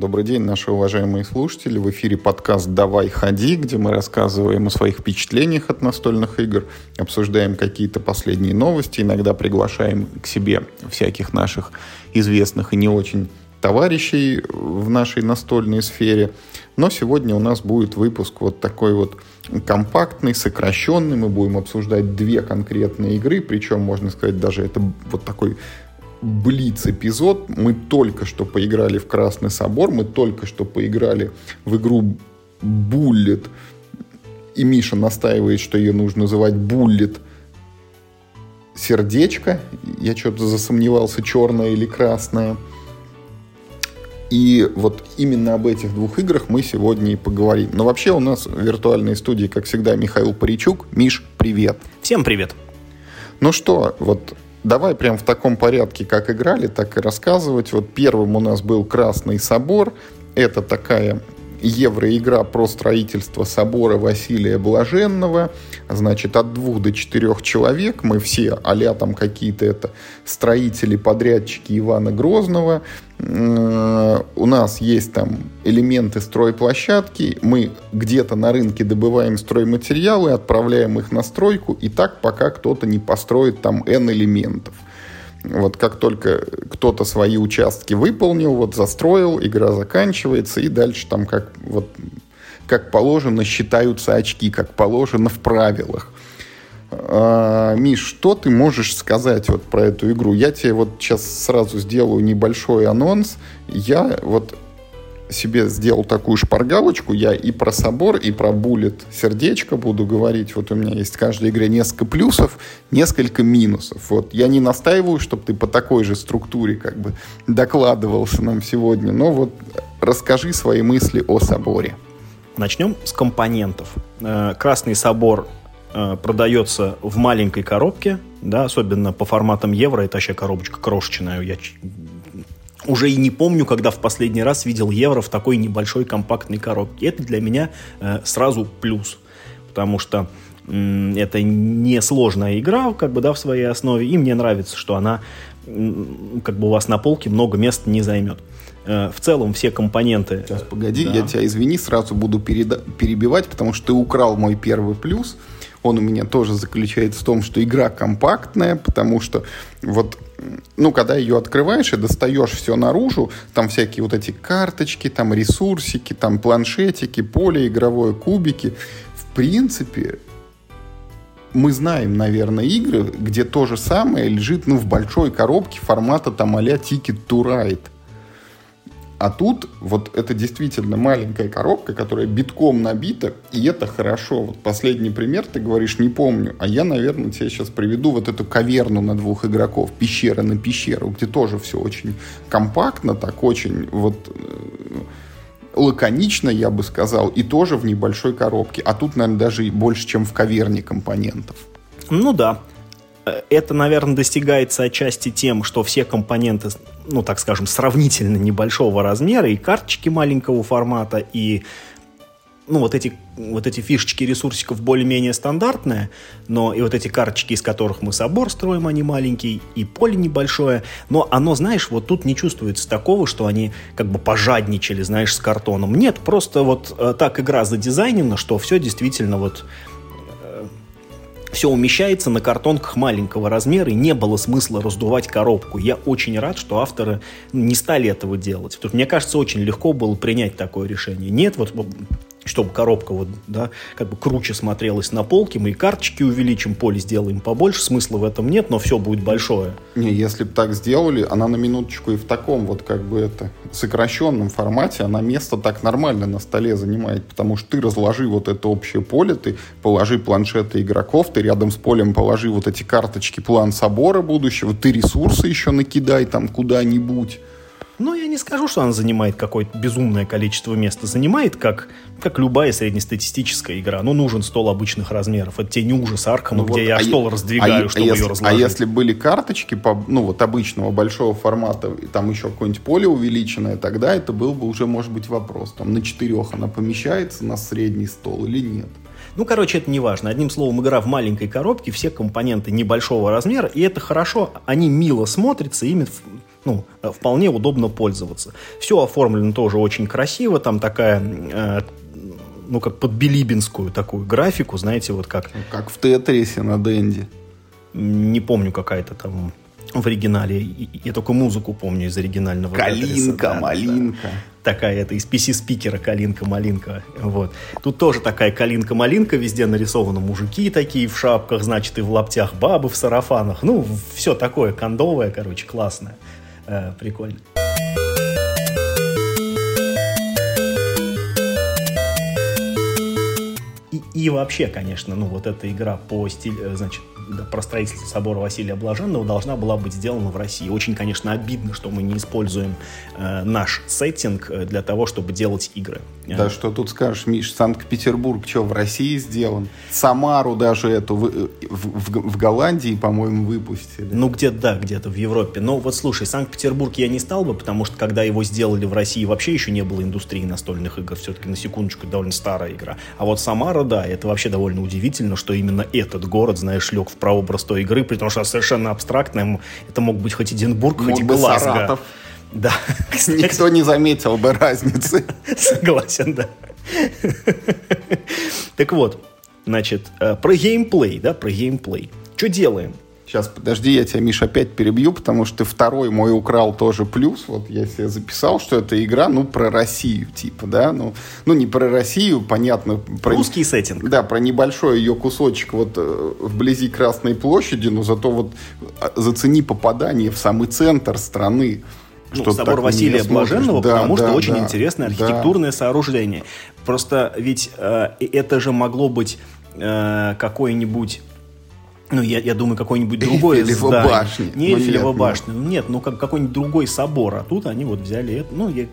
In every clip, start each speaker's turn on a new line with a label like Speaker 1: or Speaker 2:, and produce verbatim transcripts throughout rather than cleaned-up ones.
Speaker 1: Добрый день, наши уважаемые слушатели. В эфире подкаст «Давай, ходи», где мы рассказываем о своих впечатлениях от настольных игр, обсуждаем какие-то последние новости, иногда приглашаем к себе всяких наших известных и не очень товарищей в нашей настольной сфере. Но сегодня у нас будет выпуск вот такой вот компактный, сокращенный. Мы будем обсуждать две конкретные игры, причем, можно сказать, даже это вот такой блиц-эпизод. Мы только что поиграли в Красный Собор, мы только что поиграли в игру Bullet, и Миша настаивает, что ее нужно называть Bullet Сердечко. Я что-то засомневался, черное или красное. И вот именно об этих двух играх мы сегодня и поговорим. Но вообще у нас в виртуальной студии, как всегда, Михаил Паричук. Миш, привет.
Speaker 2: Всем привет.
Speaker 1: Ну что, вот давай прям в таком порядке, как играли, так и рассказывать. Вот первым у нас был Красный Собор. Это такая евроигра про строительство собора Василия Блаженного. Значит, от двух до четырех человек. Мы все а-ля там какие-то это строители, подрядчики Ивана Грозного. У нас есть там элементы стройплощадки. Мы где-то на рынке добываем стройматериалы, отправляем их на стройку. И так, пока кто-то не построит там N элементов. Вот как только кто-то свои участки выполнил, вот застроил, игра заканчивается, и дальше там как, вот, как положено считаются очки, как положено в правилах. А, Миш, что ты можешь сказать вот про эту игру? Я тебе вот сейчас сразу сделаю небольшой анонс. Я вот себе сделал такую шпаргалочку, я и про собор, и про Bullet сердечко буду говорить. Вот у меня есть в каждой игре несколько плюсов, несколько минусов. Вот я не настаиваю, чтобы ты по такой же структуре как бы докладывался нам сегодня, но вот расскажи свои мысли о соборе.
Speaker 2: Начнем с компонентов. Красный собор продается в маленькой коробке, да, особенно по форматам евро. Это вообще коробочка крошечная. Я уже и не помню, когда в последний раз видел евро в такой небольшой компактной коробке. Это для меня э, сразу плюс, потому что э, это не сложная игра, как бы, да, в своей основе, и мне нравится, что она э, как бы у вас на полке много места не займет. Э, в целом все компоненты...
Speaker 1: Сейчас, погоди, да. Я тебя, извини, сразу буду переда- перебивать, потому что ты украл мой первый плюс. Он у меня тоже заключается в том, что игра компактная, потому что вот, ну, когда ее открываешь и достаешь все наружу, там всякие вот эти карточки, там ресурсики, там планшетики, поле игровое, кубики. В принципе, мы знаем, наверное, игры, где то же самое лежит, ну, в большой коробке формата там а-ля Ticket to Ride. А тут вот это действительно маленькая коробка, которая битком набита, и это хорошо. Вот последний пример, ты говоришь, не помню, а я, наверное, тебе сейчас приведу вот эту каверну на двух игроков, пещера на пещеру, где тоже все очень компактно, так очень вот лаконично, я бы сказал, и тоже в небольшой коробке. А тут, наверное, даже и больше, чем в каверне компонентов.
Speaker 2: Ну да. Это, наверное, достигается отчасти тем, что все компоненты, ну, так скажем, сравнительно небольшого размера, и карточки маленького формата, и, ну, вот эти, вот эти фишечки ресурсиков более-менее стандартные, но и вот эти карточки, из которых мы собор строим, они маленькие, и поле небольшое, но оно, знаешь, вот тут не чувствуется такого, что они как бы пожадничали, знаешь, с картоном. Нет, просто вот так игра задизайнена, что все действительно вот... Все умещается на картонках маленького размера, и не было смысла раздувать коробку. Я очень рад, что авторы не стали этого делать. Тут, мне кажется, очень легко было принять такое решение. Нет, вот чтобы коробка вот, да, как бы круче смотрелась на полке, мы и карточки увеличим, поле сделаем побольше, смысла в этом нет, но все будет большое.
Speaker 1: Не, если бы так сделали, она на минуточку и в таком вот как бы это сокращенном формате, она место так нормально на столе занимает, потому что ты разложи вот это общее поле, ты положи планшеты игроков, ты рядом с полем положи вот эти карточки, план собора будущего, ты ресурсы еще накидай там куда-нибудь.
Speaker 2: Ну, я не скажу, что она занимает какое-то безумное количество места. Занимает, как, как любая среднестатистическая игра. Ну, нужен стол обычных размеров. Это тебе не ужас Аркхема, ну, где вот, я а стол е- раздвигаю, а чтобы
Speaker 1: если,
Speaker 2: ее разложить.
Speaker 1: А если были карточки, по, ну, вот обычного большого формата, и там еще какое-нибудь поле увеличенное, тогда это был бы уже, может быть, вопрос. Там на четырех она помещается на средний стол или нет.
Speaker 2: Ну, короче, это не важно. Одним словом, игра в маленькой коробке, все компоненты небольшого размера, и это хорошо. Они мило смотрятся, ими... ну, вполне удобно пользоваться. Все оформлено тоже очень красиво, там такая, э, ну, как под билибинскую такую графику, знаете, вот как...
Speaker 1: Как в Тетрисе на Денди.
Speaker 2: Не помню, какая-то там в оригинале. Я только музыку помню из оригинального.
Speaker 1: Калинка, да, малинка.
Speaker 2: Да. Такая это из пи си-спикера калинка-малинка. Вот. Тут тоже такая калинка-малинка, везде нарисованы мужики такие в шапках, значит, и в лаптях бабы в сарафанах. Ну, все такое кондовое, короче, классное. Э, прикольно. И, и вообще, конечно, ну вот эта игра по стилю, значит, про строительство собора Василия Блаженного должна была быть сделана в России. Очень, конечно, обидно, что мы не используем э, наш сеттинг для того, чтобы делать игры.
Speaker 1: Да, что тут скажешь, Миш, Санкт-Петербург, что, в России сделан? Самару даже эту в, в, в Голландии, по-моему, выпустили.
Speaker 2: Ну, где-то, да, где-то в Европе. Но вот, слушай, Санкт-Петербург я не стал бы, потому что, когда его сделали в России, вообще еще не было индустрии настольных игр. Все-таки, на секундочку, довольно старая игра. А вот Самара, да, это вообще довольно удивительно, что именно этот город, знаешь, лег в прообраз той игры, при том, что совершенно абстрактная. Это мог быть хоть Эдинбург,
Speaker 1: мог
Speaker 2: хоть Глазго.
Speaker 1: Саратов.
Speaker 2: Да.
Speaker 1: Кстати, никто не заметил бы разницы.
Speaker 2: Согласен, да. Так вот, значит, про геймплей, да, про геймплей. Что делаем?
Speaker 1: Сейчас, подожди, я тебя, Миш, опять перебью, потому что ты второй мой украл тоже плюс. Вот я себе записал, что это игра, ну, про Россию, типа, да? Ну, ну не про Россию, понятно. Про,
Speaker 2: русский сеттинг.
Speaker 1: Да, про небольшой ее кусочек вот э, вблизи Красной площади, но зато вот зацени попадание в самый центр страны.
Speaker 2: Ну, собор Василия Блаженного, да, потому да, что да, очень да, интересное архитектурное да. сооружение. Просто ведь э, это же могло быть э, какое-нибудь... Ну, я, я думаю, какое-нибудь другое
Speaker 1: Эйфелева
Speaker 2: здание.
Speaker 1: Башня.
Speaker 2: Не Эйфелева башня. Ну, нет, ну, как, какой-нибудь другой собор. А тут они вот взяли это. Ну, я...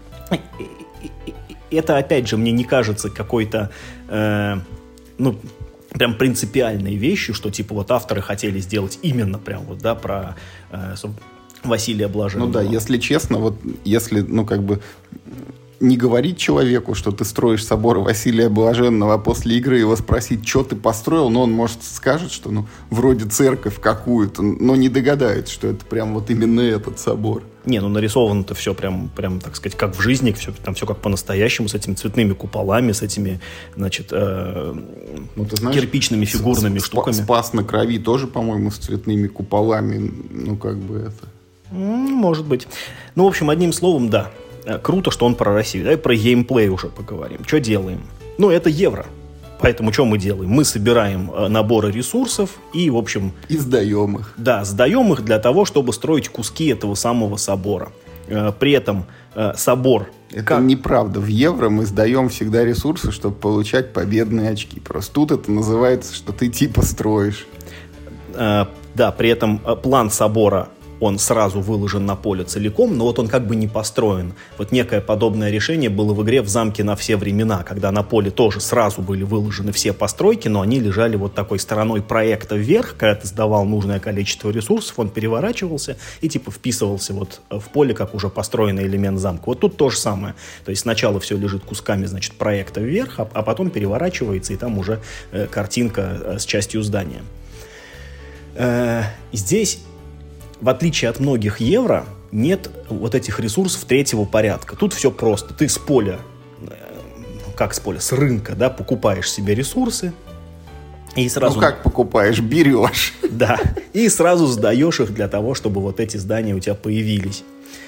Speaker 2: Это, опять же, мне не кажется какой-то... Э, ну, прям принципиальной вещью, что, типа, вот авторы хотели сделать именно прям вот, да, про... Э, Василия Блаженного.
Speaker 1: Ну да, если честно, вот если, ну как бы не говорить человеку, что ты строишь собор Василия Блаженного, а после игры его спросить, что ты построил, но он, может, скажет, что, ну, вроде церковь какую-то, но не догадается, что это прям вот именно этот собор.
Speaker 2: Не, ну нарисовано-то все прям, прям, так сказать, как в жизни, все, там все как по-настоящему, с этими цветными куполами, с этими, значит, э, ну, ты знаешь, кирпичными фигурными
Speaker 1: сп-
Speaker 2: штуками.
Speaker 1: Спас на Крови тоже, по-моему, с цветными куполами, ну, как бы это...
Speaker 2: Может быть. Ну, в общем, одним словом, да. Круто, что он про Россию. Давай про геймплей уже поговорим. Что делаем? Ну, это евро. Поэтому что мы делаем? Мы собираем наборы ресурсов и, в общем...
Speaker 1: И сдаем их.
Speaker 2: Да, сдаем их для того, чтобы строить куски этого самого собора. При этом собор...
Speaker 1: Это
Speaker 2: как...
Speaker 1: неправда. В евро мы сдаем всегда ресурсы, чтобы получать победные очки. Просто тут это называется, что ты типа строишь.
Speaker 2: Да, при этом план собора... он сразу выложен на поле целиком, но вот он как бы не построен. Вот некое подобное решение было в игре «В замке на все времена», когда на поле тоже сразу были выложены все постройки, но они лежали вот такой стороной проекта вверх. Когда ты сдавал нужное количество ресурсов, он переворачивался и типа вписывался вот в поле как уже построенный элемент замка. Вот тут то же самое. То есть сначала все лежит кусками, значит, проекта вверх, а, а потом переворачивается, и там уже э, картинка э, с частью здания. Э, здесь... В отличие от многих евро, нет вот этих ресурсов третьего порядка. Тут все просто. Ты с поля, как с поля, с рынка, да, покупаешь себе ресурсы. И сразу...
Speaker 1: Ну, как покупаешь? Берешь.
Speaker 2: Да. И сразу сдаешь их для того, чтобы вот эти здания у тебя появились.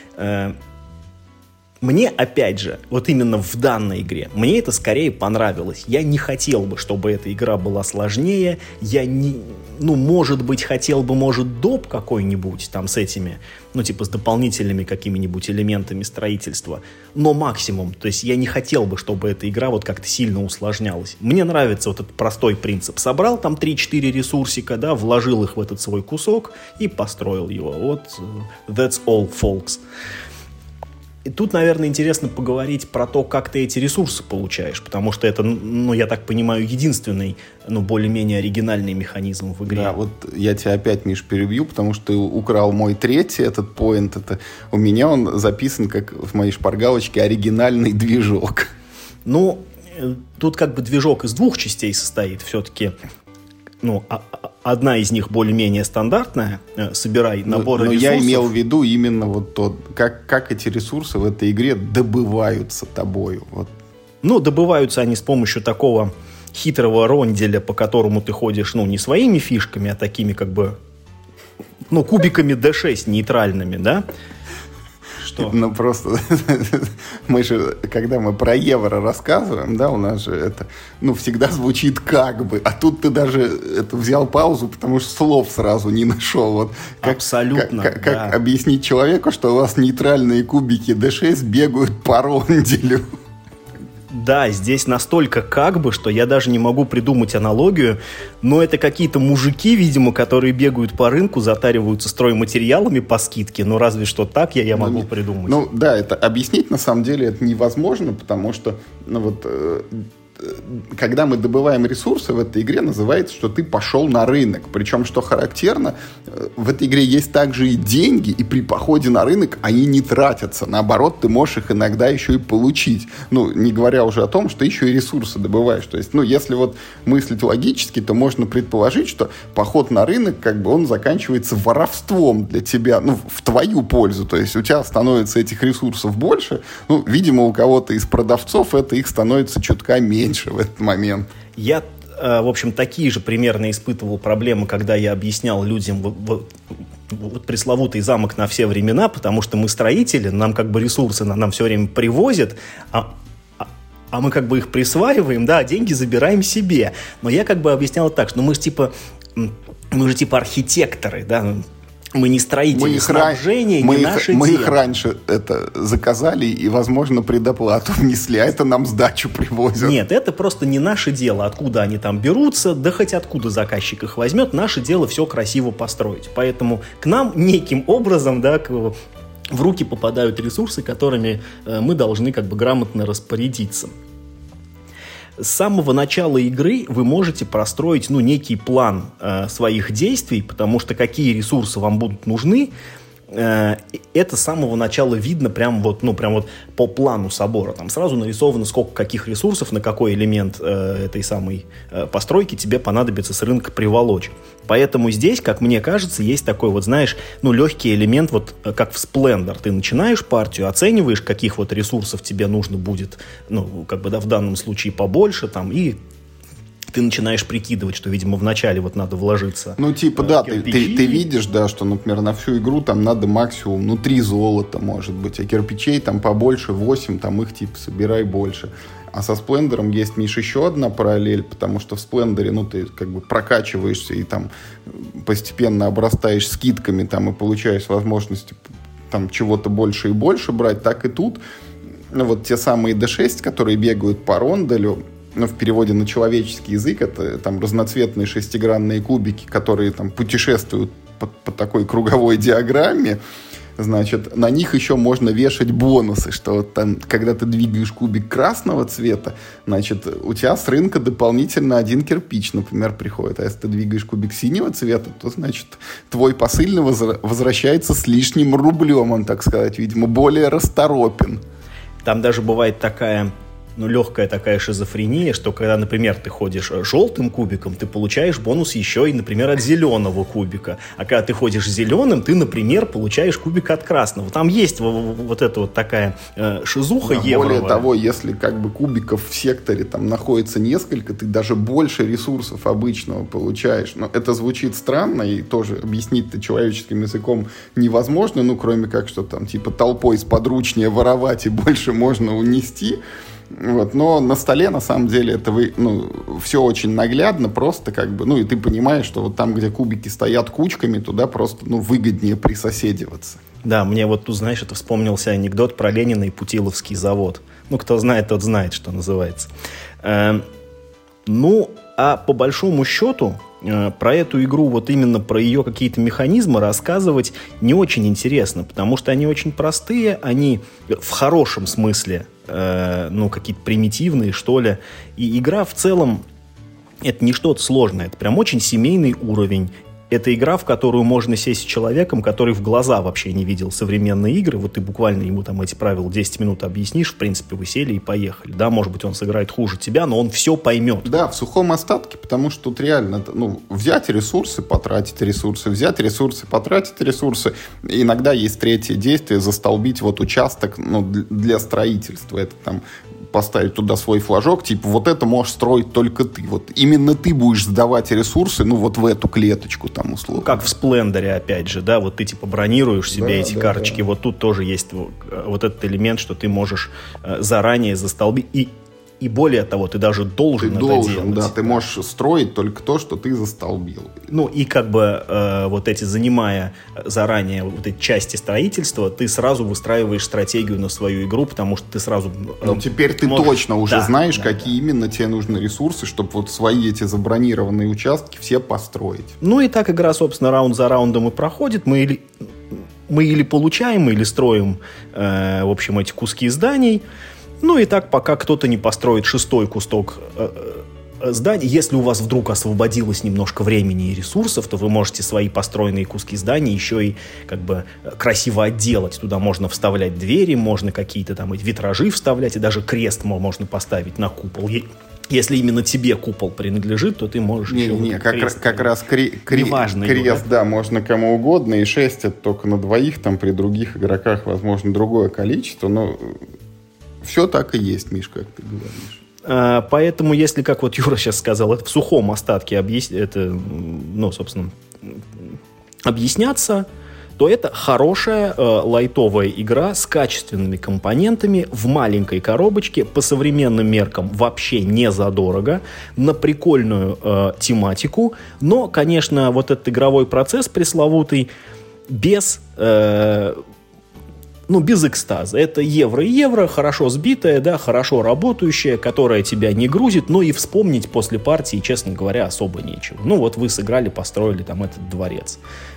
Speaker 2: Мне, опять же, вот именно в данной игре, мне это скорее понравилось. Я не хотел бы, чтобы эта игра была сложнее. Я не... Ну, может быть, хотел бы, может, доп какой-нибудь там с этими, ну, типа с дополнительными какими-нибудь элементами строительства. Но максимум. То есть я не хотел бы, чтобы эта игра вот как-то сильно усложнялась. Мне нравится вот этот простой принцип. Собрал там три-четыре ресурсика, да, вложил их в этот свой кусок и построил его. Вот, that's all, folks. И тут, наверное, интересно поговорить про то, как ты эти ресурсы получаешь, потому что это, ну, я так понимаю, единственный, ну, более-менее оригинальный механизм в игре.
Speaker 1: Да, вот я тебя опять, Миш, перебью, потому что ты украл мой третий этот поинт. Это у меня он записан, как в моей шпаргалочке, оригинальный движок.
Speaker 2: Ну, тут как бы движок из двух частей состоит все-таки. ну, а, а, одна из них более-менее стандартная, э, собирай наборы
Speaker 1: но, но
Speaker 2: ресурсов.
Speaker 1: я имел в виду именно вот то, как, как эти ресурсы в этой игре добываются тобою. Вот.
Speaker 2: Ну, добываются они с помощью такого хитрого ронделя, по которому ты ходишь, ну, не своими фишками, а такими, как бы, ну, кубиками ди шесть нейтральными, да? Что?
Speaker 1: Ну, просто мы же, когда мы про евро рассказываем, да, у нас же это, ну, всегда звучит как бы, а тут ты даже это взял паузу, потому что слов сразу не нашел. Вот как,
Speaker 2: абсолютно,
Speaker 1: Как, как,
Speaker 2: да.
Speaker 1: как объяснить человеку, что у вас нейтральные кубики ди шесть бегают по ронделю?
Speaker 2: Да, здесь настолько как бы, что я даже не могу придумать аналогию, но это какие-то мужики, видимо, которые бегают по рынку, затариваются стройматериалами по скидке, но разве что так я, я могу
Speaker 1: ну,
Speaker 2: придумать.
Speaker 1: Ну да, это объяснить на самом деле это невозможно, потому что, ну вот, э, когда мы добываем ресурсы в этой игре, называется, что ты пошел на рынок. Причем, что характерно, в этой игре есть также и деньги, и при походе на рынок они не тратятся. Наоборот, ты можешь их иногда еще и получить. Ну, не говоря уже о том, что еще и ресурсы добываешь. То есть, ну, если вот мыслить логически, то можно предположить, что поход на рынок, как бы, он заканчивается воровством для тебя, ну, в твою пользу. То есть, у тебя становится этих ресурсов больше. Ну, видимо, у кого-то из продавцов это их становится чутка меньше в этот момент.
Speaker 2: Я, в общем, такие же примерно испытывал проблемы, когда я объяснял людям вот, вот, вот пресловутый замок на все времена, потому что мы строители, нам как бы ресурсы нам, нам все время привозят, а, а, а мы как бы их присваиваем, да, а деньги забираем себе. Но я как бы объяснял так, что мы же типа, мы же типа архитекторы, да, мы не строители,
Speaker 1: мы
Speaker 2: снабжение,
Speaker 1: их, мы
Speaker 2: не
Speaker 1: их,
Speaker 2: наше
Speaker 1: мы
Speaker 2: дело.
Speaker 1: их раньше это заказали и, возможно, предоплату внесли, а это нам сдачу привозят.
Speaker 2: Нет, это просто не наше дело, откуда они там берутся, да хоть откуда заказчик их возьмет, наше дело все красиво построить. Поэтому к нам неким образом, да, к, в руки попадают ресурсы, которыми э, мы должны как бы грамотно распорядиться. С самого начала игры вы можете простроить, ну, некий план э, своих действий, потому что какие ресурсы вам будут нужны, э, это с самого начала видно прям вот, ну, прям вот по плану собора. Там сразу нарисовано, сколько каких ресурсов на какой элемент э, этой самой э, постройки тебе понадобится с рынка приволочь. Поэтому здесь, как мне кажется, есть такой вот, знаешь, ну, легкий элемент, вот как в Splendor. Ты начинаешь партию, оцениваешь, каких вот ресурсов тебе нужно будет, ну, как бы, да, в данном случае побольше, там, и ты начинаешь прикидывать, что, видимо, вначале вот надо вложиться.
Speaker 1: Ну, типа, да, ты, ты, ты видишь, да, что, например, на всю игру там надо максимум, ну, три золота, может быть, а кирпичей там побольше, восемь, там их, типа, собирай больше. А со Сплендером есть, Миш, еще одна параллель, потому что в Сплендере, ну, ты как бы прокачиваешься и там постепенно обрастаешь скидками там и получаешь возможность там чего-то больше и больше брать, так и тут. Ну, вот те самые ди шесть, которые бегают по ронделю, ну, в переводе на человеческий язык, это там разноцветные шестигранные кубики, которые там путешествуют по, по такой круговой диаграмме. Значит, на них еще можно вешать бонусы, что вот там, когда ты двигаешь кубик красного цвета, значит, у тебя с рынка дополнительно один кирпич, например, приходит. А если ты двигаешь кубик синего цвета, то, значит, твой посыльный возвращается с лишним рублем, он, так сказать, видимо, более расторопен.
Speaker 2: Там даже бывает такая... ну, легкая такая шизофрения, что когда, например, ты ходишь желтым кубиком, ты получаешь бонус еще и, например, от зеленого кубика. А когда ты ходишь зеленым, ты, например, получаешь кубик от красного. Там есть вот эта вот такая э, шизуха
Speaker 1: да,
Speaker 2: евровая.
Speaker 1: Более того, если как бы кубиков в секторе там находится несколько, ты даже больше ресурсов обычного получаешь. Но это звучит странно, и тоже объяснить-то человеческим языком невозможно, ну, кроме как, что там типа толпой сподручнее воровать и больше можно унести. Вот, но на столе, на самом деле, это вы, ну, все очень наглядно, просто как бы, ну, и ты понимаешь, что вот там, где кубики стоят кучками, туда просто, ну, выгоднее присоседиваться.
Speaker 2: Да, мне вот тут, знаешь, это вспомнился анекдот про Ленина и Путиловский завод. Ну, кто знает, тот знает, что называется. Э, ну, а по большому счету, э, про эту игру, вот именно про ее какие-то механизмы рассказывать не очень интересно, потому что они очень простые, они в хорошем смысле, э, ну, какие-то примитивные, что ли. И игра в целом, это не что-то сложное, это прям очень семейный уровень. это игра, в которую можно сесть с человеком, который в глаза вообще не видел современные игры. Вот ты буквально ему там эти правила десять минут объяснишь, в принципе, вы сели и поехали. Да, может быть, он сыграет хуже тебя, но он все поймет.
Speaker 1: Да, в сухом остатке, потому что тут реально, ну, взять ресурсы, потратить ресурсы, взять ресурсы, потратить ресурсы. Иногда есть третье действие, застолбить вот участок, ну, для строительства. Это там поставить туда свой флажок, типа, вот это можешь строить только ты. Вот именно ты будешь сдавать ресурсы, ну, вот в эту клеточку там, условно.
Speaker 2: Ну, как в Сплендере, опять же, да, вот ты, типа, бронируешь себе да, эти да, карточки, да. Вот тут тоже есть вот этот элемент, что ты можешь заранее застолбить, и И более того, ты даже должен
Speaker 1: ты
Speaker 2: это
Speaker 1: должен,
Speaker 2: делать.
Speaker 1: Да, ты можешь строить только то, что ты застолбил.
Speaker 2: Ну, и как бы э, вот эти, занимая заранее вот эти части строительства, ты сразу выстраиваешь стратегию на свою игру, потому что ты сразу... Э,
Speaker 1: ну, теперь ты можешь... точно уже да, знаешь, да, какие да. именно тебе нужны ресурсы, чтобы вот свои эти забронированные участки все построить.
Speaker 2: Ну, и так игра, собственно, раунд за раундом и проходит. Мы или, мы или получаем, или строим, э, в общем, эти куски зданий. Ну и так, пока кто-то не построит шестой кусок э, э, зданий. Если у вас вдруг освободилось немножко времени и ресурсов, то вы можете свои построенные куски зданий еще и как бы красиво отделать. Туда можно вставлять двери, можно какие-то там витражи вставлять, и даже крест можно поставить на купол. Если именно тебе купол принадлежит, то ты можешь
Speaker 1: не,
Speaker 2: еще...
Speaker 1: Не, как,
Speaker 2: крест,
Speaker 1: как раз кре- кре-
Speaker 2: неважно
Speaker 1: крест,
Speaker 2: его, да?
Speaker 1: да, можно кому угодно, и шесть это только на двоих, там при других игроках, возможно, другое количество, но... Все так и есть, Миш, как ты говоришь.
Speaker 2: А, поэтому, если, как вот Юра сейчас сказал, это в сухом остатке объяс... это, ну, собственно, объясняться, то это хорошая э, лайтовая игра с качественными компонентами в маленькой коробочке, по современным меркам вообще не задорого, на прикольную э, тематику, но, конечно, вот этот игровой процесс пресловутый без... Э, Ну, без экстаза. Это евро и евро, хорошо сбитая, да, хорошо работающая, которая тебя не грузит, но и вспомнить после партии, честно говоря, особо нечего. Ну, вот вы сыграли, построили там этот дворец.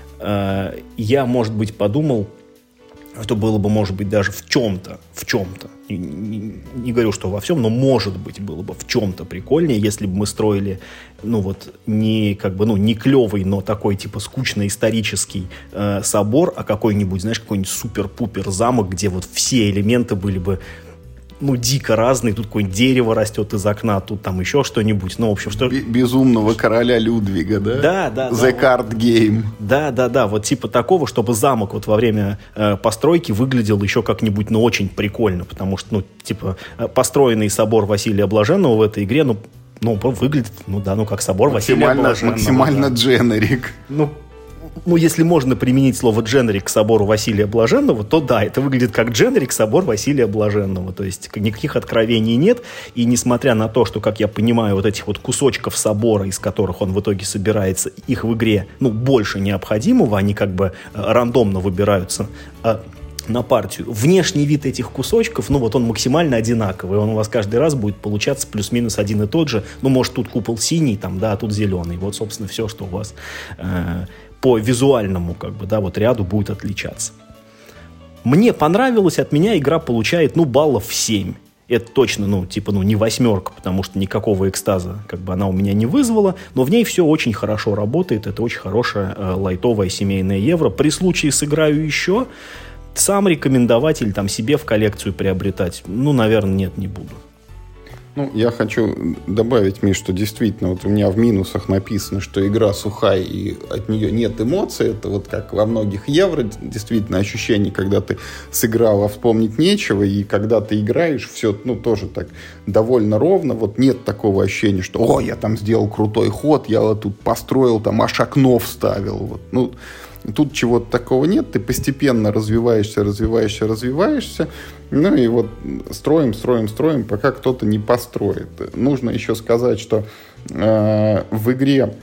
Speaker 2: Я, может быть, подумал, что было бы, может быть, даже в чем-то, в чем-то, не, не, не говорю, что во всем, но, может быть, было бы в чем-то прикольнее, если бы мы строили, ну, вот, не, как бы, ну, не клевый, но такой, типа, скучный исторический э, собор, а какой-нибудь, знаешь, какой-нибудь супер-пупер замок, где вот все элементы были бы, ну, дико разные, тут какое-нибудь дерево растет из окна, тут там еще что-нибудь, ну, в общем, что...
Speaker 1: Безумного короля Людвига, да?
Speaker 2: Да, да,
Speaker 1: The
Speaker 2: да.
Speaker 1: Card Game.
Speaker 2: Да, да, да, вот типа такого, чтобы замок вот во время э, постройки выглядел еще как-нибудь, ну, очень прикольно, потому что, ну, типа, построенный собор Василия Блаженного в этой игре, ну, ну выглядит, ну, да, ну, как собор Василия Блаженного.
Speaker 1: Максимально
Speaker 2: да.
Speaker 1: дженерик.
Speaker 2: Ну, Ну, если можно применить слово «дженерик» к собору Василия Блаженного, то да, это выглядит как дженерик собор Василия Блаженного. То есть никаких откровений нет. И несмотря на то, что, как я понимаю, вот этих вот кусочков собора, из которых он в итоге собирается, их в игре, ну, больше необходимого, они как бы рандомно выбираются на партию. Внешний вид этих кусочков, ну, вот он максимально одинаковый. Он у вас каждый раз будет получаться плюс-минус один и тот же. Ну, может, тут купол синий, там, да, а тут зеленый. Вот, собственно, все, что у вас... Э- по визуальному, как бы, да, вот ряду будет отличаться. Мне понравилось, от меня игра получает, ну, баллов семь. Это точно, ну, типа, ну, не восьмерка, потому что никакого экстаза, как бы, она у меня не вызвала, но в ней все очень хорошо работает, это очень хорошая э, лайтовая семейная евро. При случае сыграю еще, сам рекомендовать или там себе в коллекцию приобретать, ну, наверное, нет, не буду.
Speaker 1: Ну, я хочу добавить, Миш, что действительно вот у меня в минусах написано, что игра сухая и от нее нет эмоций. Это вот как во многих евро, действительно, ощущение, когда ты сыграл, а вспомнить нечего, и когда ты играешь, все, ну, тоже так довольно ровно. Вот нет такого ощущения, что, о, я там сделал крутой ход, я вот тут построил, там аж окно вставил. Вот, ну, тут чего-то такого нет, ты постепенно развиваешься, развиваешься, развиваешься, ну и вот строим, строим, строим, пока кто-то не построит. Нужно еще сказать, что э, в игре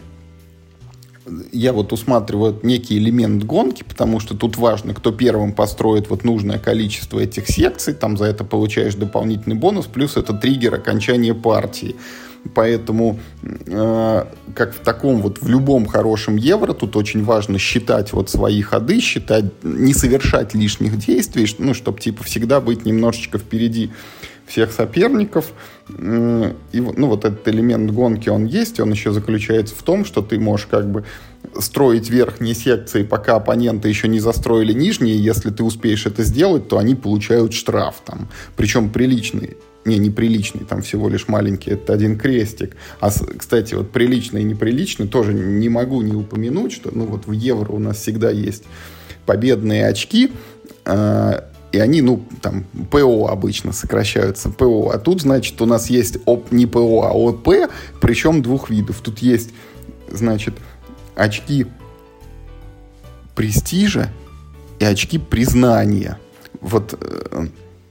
Speaker 1: я вот усматриваю некий элемент гонки, потому что тут важно, кто первым построит вот нужное количество этих секций, там за это получаешь дополнительный бонус, плюс это триггер окончания партии. Поэтому, э, как в таком вот, в любом хорошем евро, тут очень важно считать вот свои ходы, считать, не совершать лишних действий, ну, чтобы, типа, всегда быть немножечко впереди всех соперников. И, ну, вот этот элемент гонки, он есть, он еще заключается в том, что ты можешь, как бы, строить верхние секции, пока оппоненты еще не застроили нижние. Если ты успеешь это сделать, то они получают штраф там. Причем приличный. Не, неприличный, там всего лишь маленький, это один крестик. А, кстати, вот приличный и неприличный тоже не могу не упомянуть, что ну вот в евро у нас всегда есть победные очки, э, и они, ну, там, ПО обычно сокращаются, ПО. А тут, значит, у нас есть ОП, не ПО, а ОП, причем двух видов. Тут есть, значит, очки престижа и очки признания. Вот... Э,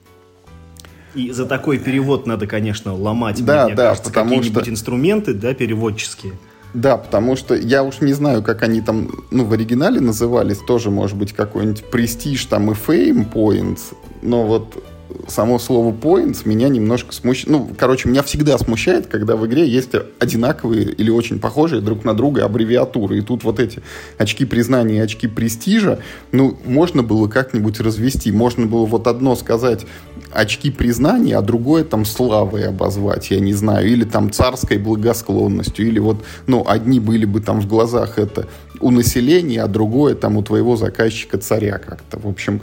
Speaker 2: И за такой перевод надо, конечно, ломать,
Speaker 1: да,
Speaker 2: мне
Speaker 1: да,
Speaker 2: кажется, какие-нибудь что... инструменты, да, переводческие.
Speaker 1: Да, потому что я уж не знаю, как они там, ну, в оригинале назывались, тоже, может быть, какой-нибудь престиж там и fame points, но вот само слово points меня немножко смущает. Ну, короче, меня всегда смущает, когда в игре есть одинаковые или очень похожие друг на друга аббревиатуры. И тут вот эти очки признания и очки престижа, ну, можно было как-нибудь развести. Можно было вот одно сказать очки признания, а другое там славой обозвать, я не знаю. Или там царской благосклонностью. Или вот, ну, одни были бы там в глазах это у населения, а другое там у твоего заказчика царя как-то. В общем...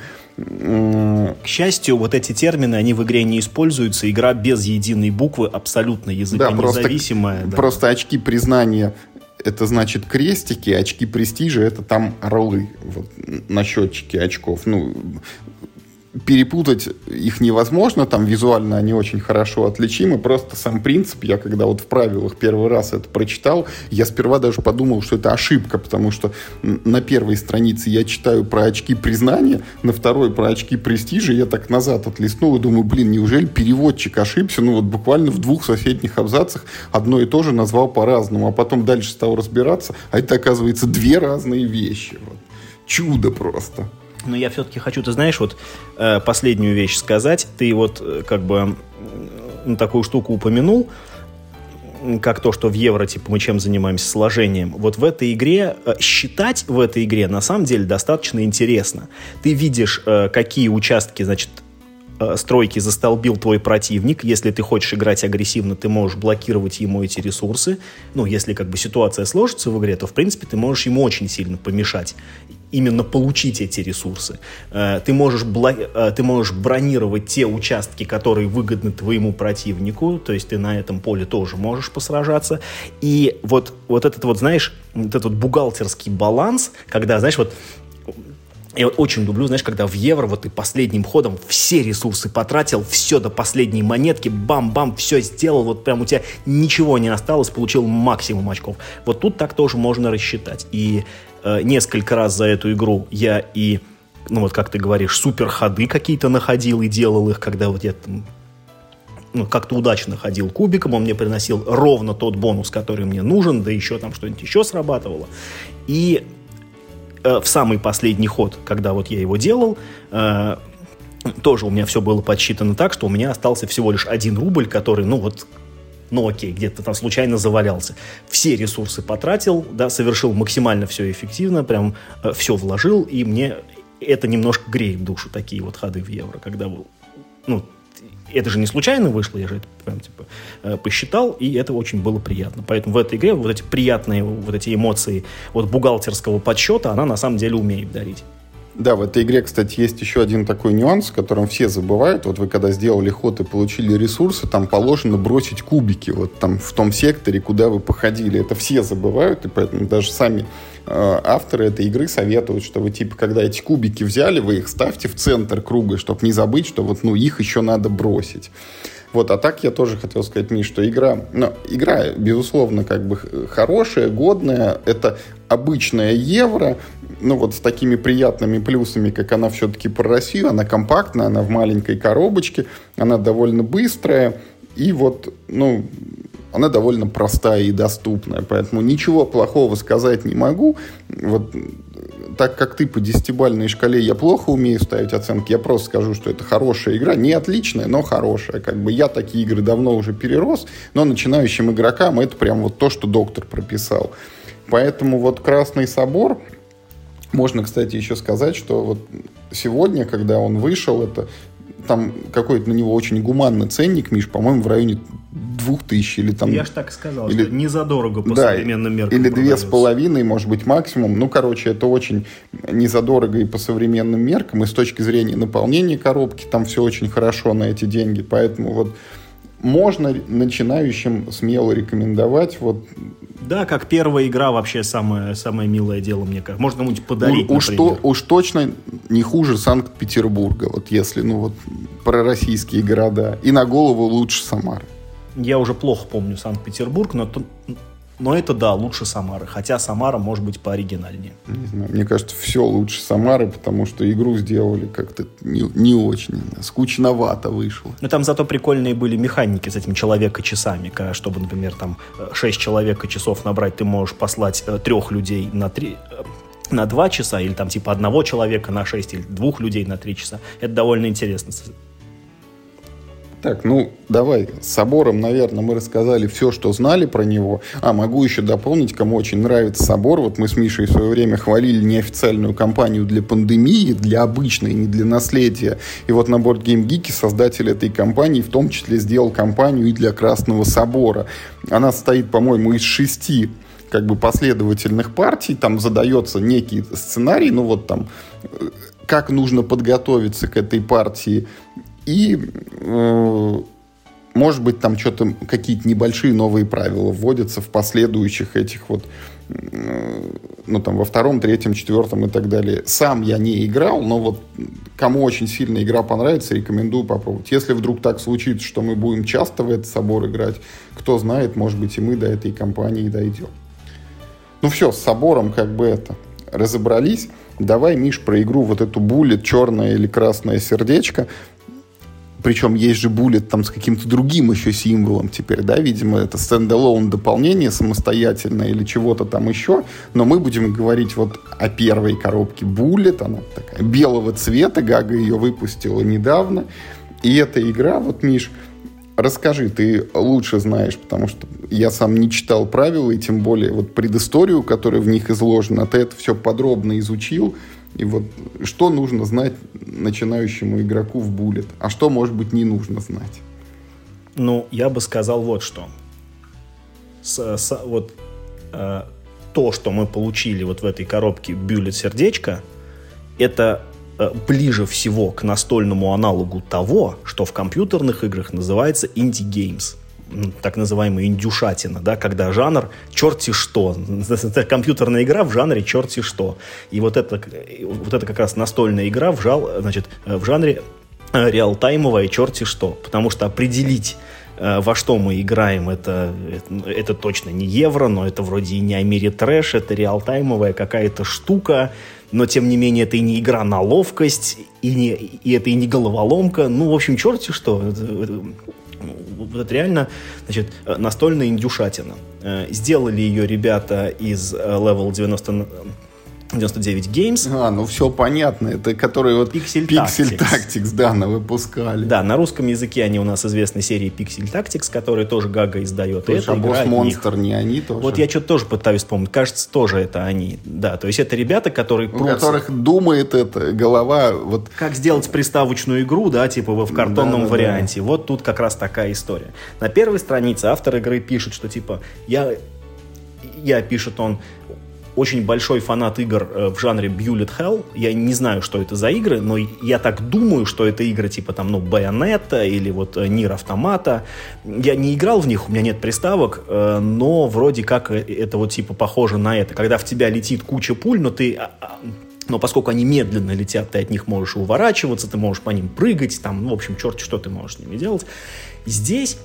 Speaker 2: К счастью, вот эти термины, они в игре не используются. Игра без единой буквы, абсолютно языконезависимая.
Speaker 1: Да, просто, да. Просто очки признания — это значит крестики, очки престижа — это там орлы вот, на счетчике очков. Ну, перепутать их невозможно, там визуально они очень хорошо отличимы, просто сам принцип, я когда вот в правилах первый раз это прочитал, я сперва даже подумал, что это ошибка, потому что на первой странице я читаю про очки признания, на второй про очки престижа, я так назад отлистнул и думаю, блин, неужели переводчик ошибся? Ну вот буквально в двух соседних абзацах одно и то же назвал по-разному, а потом дальше стал разбираться, а это, оказывается, две разные вещи. Вот. Чудо просто.
Speaker 2: Но я все-таки хочу, ты знаешь, вот э, последнюю вещь сказать. Ты вот э, как бы э, такую штуку упомянул, как то, что в евро, типа, мы чем занимаемся? Сложением. Вот в этой игре, э, считать в этой игре на самом деле достаточно интересно. Ты видишь, э, какие участки, значит, э, стройки застолбил твой противник. Если ты хочешь играть агрессивно, ты можешь блокировать ему эти ресурсы. Ну, если как бы ситуация сложится в игре, то, в принципе, ты можешь ему очень сильно помешать. Именно получить эти ресурсы. Ты можешь, бла- ты можешь бронировать те участки, которые выгодны твоему противнику, то есть ты на этом поле тоже можешь посражаться. И вот, вот этот вот, знаешь, вот этот вот бухгалтерский баланс, когда, знаешь, вот я вот очень люблю, знаешь, когда в евро вот ты последним ходом все ресурсы потратил, все до последней монетки, бам-бам, все сделал, вот прям у тебя ничего не осталось, получил максимум очков. Вот тут так тоже можно рассчитать. И э, несколько раз за эту игру я и, ну вот как ты говоришь, супер ходы какие-то находил и делал их, когда вот я там, ну, как-то удачно ходил кубиком, он мне приносил ровно тот бонус, который мне нужен, да еще там что-нибудь еще срабатывало. И в самый последний ход, когда вот я его делал, э, тоже у меня все было подсчитано так, что у меня остался всего лишь один рубль, который, ну вот, ну окей, где-то там случайно завалялся. Все ресурсы потратил, да, совершил максимально все эффективно, прям э, все вложил, и мне это немножко греет душу, такие вот ходы в евро, когда, ну, это же не случайно вышло, я же это прям, типа, посчитал, и это очень было приятно. Поэтому в этой игре вот эти приятные вот эти эмоции от бухгалтерского подсчета она на самом деле умеет дарить.
Speaker 1: Да, в этой игре, кстати, есть еще один такой нюанс, о котором все забывают. Вот вы когда сделали ход и получили ресурсы, там положено бросить кубики вот там в том секторе, куда вы походили. Это все забывают, и поэтому даже сами э, авторы этой игры советуют, что вы, типа, когда эти кубики взяли, вы их ставьте в центр круга, чтобы не забыть, что вот, ну, их еще надо бросить. Вот, а так я тоже хотел сказать, Миш, что игра, ну, игра, безусловно, как бы хорошая, годная, это обычная евро, ну, вот с такими приятными плюсами, как она все-таки про Россию, она компактная, она в маленькой коробочке, она довольно быстрая, и вот, ну, она довольно простая и доступная, поэтому ничего плохого сказать не могу. Вот, так как ты по десятибалльной шкале, я плохо умею ставить оценки, я просто скажу, что это хорошая игра, не отличная, но хорошая. Как бы я такие игры давно уже перерос, но начинающим игрокам это прям вот то, что доктор прописал. Поэтому вот «Красный собор», можно, кстати, еще сказать, что вот сегодня, когда он вышел, это там какой-то на него очень гуманный ценник, Миш, по-моему, в районе двух тысяч или там...
Speaker 2: Я же так и сказал,
Speaker 1: или,
Speaker 2: что не задорого по
Speaker 1: да,
Speaker 2: современным меркам
Speaker 1: или две с
Speaker 2: продается.
Speaker 1: половиной, может быть, максимум. Ну, короче, это очень незадорого и по современным меркам, и с точки зрения наполнения коробки там все очень хорошо на эти деньги, поэтому вот можно начинающим смело рекомендовать. Вот.
Speaker 2: Да, как первая игра вообще самое, самое милое дело, мне кажется. Можно кому-нибудь подарить,
Speaker 1: уж, то, уж точно не хуже Санкт-Петербурга, вот если, ну вот, про российские города. И на голову лучше Самары.
Speaker 2: Я уже плохо помню Санкт-Петербург, но, но это, да, лучше Самары. Хотя Самара может быть пооригинальнее.
Speaker 1: Не знаю, мне кажется, все лучше Самары, потому что игру сделали как-то не, не очень, скучновато вышло.
Speaker 2: Ну, там зато прикольные были механики с этими человека-часами. Чтобы, например, там шесть человека-часов набрать, ты можешь послать трех людей на три... на два часа, или там типа одного человека на шесть, или двух людей на три часа. Это довольно интересно.
Speaker 1: Так, ну, давай, с Собором, наверное, мы рассказали все, что знали про него. А, могу еще дополнить, кому очень нравится Собор. Вот мы с Мишей в свое время хвалили неофициальную кампанию для пандемии, для обычной, не для наследия. И вот на Board Game Geek создатель этой кампании в том числе сделал кампанию и для Красного Собора. Она состоит, по-моему, из шести как бы последовательных партий. Там задается некий сценарий, ну вот там, как нужно подготовиться к этой партии. И, э, может быть, там что-то, какие-то небольшие новые правила вводятся в последующих этих вот, э, ну, там, во втором, третьем, четвертом и так далее. Сам я не играл, но вот кому очень сильно игра понравится, рекомендую попробовать. Если вдруг так случится, что мы будем часто в этот Собор играть, кто знает, может быть, и мы до этой кампании дойдем. Ну, все, с Собором как бы это, разобрались. Давай, Миш, про игру вот эту Bullet, черное или красное сердечко. Причем есть же Bullet там с каким-то другим еще символом теперь, да, видимо, это стендалон дополнение самостоятельное или чего-то там еще, но мы будем говорить вот о первой коробке Bullet, она такая белого цвета, Гага ее выпустила недавно, и эта игра, вот, Миш, расскажи, ты лучше знаешь, потому что я сам не читал правила, и тем более вот предысторию, которая в них изложена, ты это все подробно изучил. И вот что нужно знать начинающему игроку в Bullet, а что, может быть, не нужно знать?
Speaker 2: Ну, я бы сказал вот что. С, с, вот э, то, что мы получили вот в этой коробке Bullet сердечко, это э, ближе всего к настольному аналогу того, что в компьютерных играх называется инди-геймс. Так называемая индюшатина, да, когда жанр черти что. Компьютерная игра в жанре черти что. И вот это, вот это как раз настольная игра в, жал, значит, в жанре реалтаймовая черти что. Потому что определить, во что мы играем, это, это, это точно не евро, но это вроде и не Америтрэш, это реалтаймовая какая-то штука. Но, тем не менее, это и не игра на ловкость, и, не, и это и не головоломка. Ну, в общем, черти что. Вот это реально, значит, настольная индюшатина. Сделали ее ребята из Level девяносто девять Games.
Speaker 1: А, ну все понятно. Это которые вот
Speaker 2: Pixel,
Speaker 1: Pixel
Speaker 2: Tactics.
Speaker 1: Tactics, да, на выпускали.
Speaker 2: Да, на русском языке они у нас известны серии Pixel Tactics, которые тоже Гага издает.
Speaker 1: То есть, а Boss Monster не они тоже?
Speaker 2: Вот я что-то тоже пытаюсь вспомнить. Кажется, тоже это они. Да, то есть это ребята, которые...
Speaker 1: У которых думает эта голова... Вот...
Speaker 2: Как сделать приставочную игру, да, типа в картонном
Speaker 1: да, да,
Speaker 2: варианте.
Speaker 1: Да.
Speaker 2: Вот тут как раз такая история. На первой странице автор игры пишет, что типа я... Я, пишет он, очень большой фанат игр в жанре Bullet Hell. Я не знаю, что это за игры, но я так думаю, что это игры типа там, ну, Bayonetta или вот Nier Automata. Я не играл в них, у меня нет приставок, но вроде как это вот типа похоже на это. Когда в тебя летит куча пуль, но ты... Но поскольку они медленно летят, ты от них можешь уворачиваться, ты можешь по ним прыгать, там, ну, в общем, черт что ты можешь с ними делать. Здесь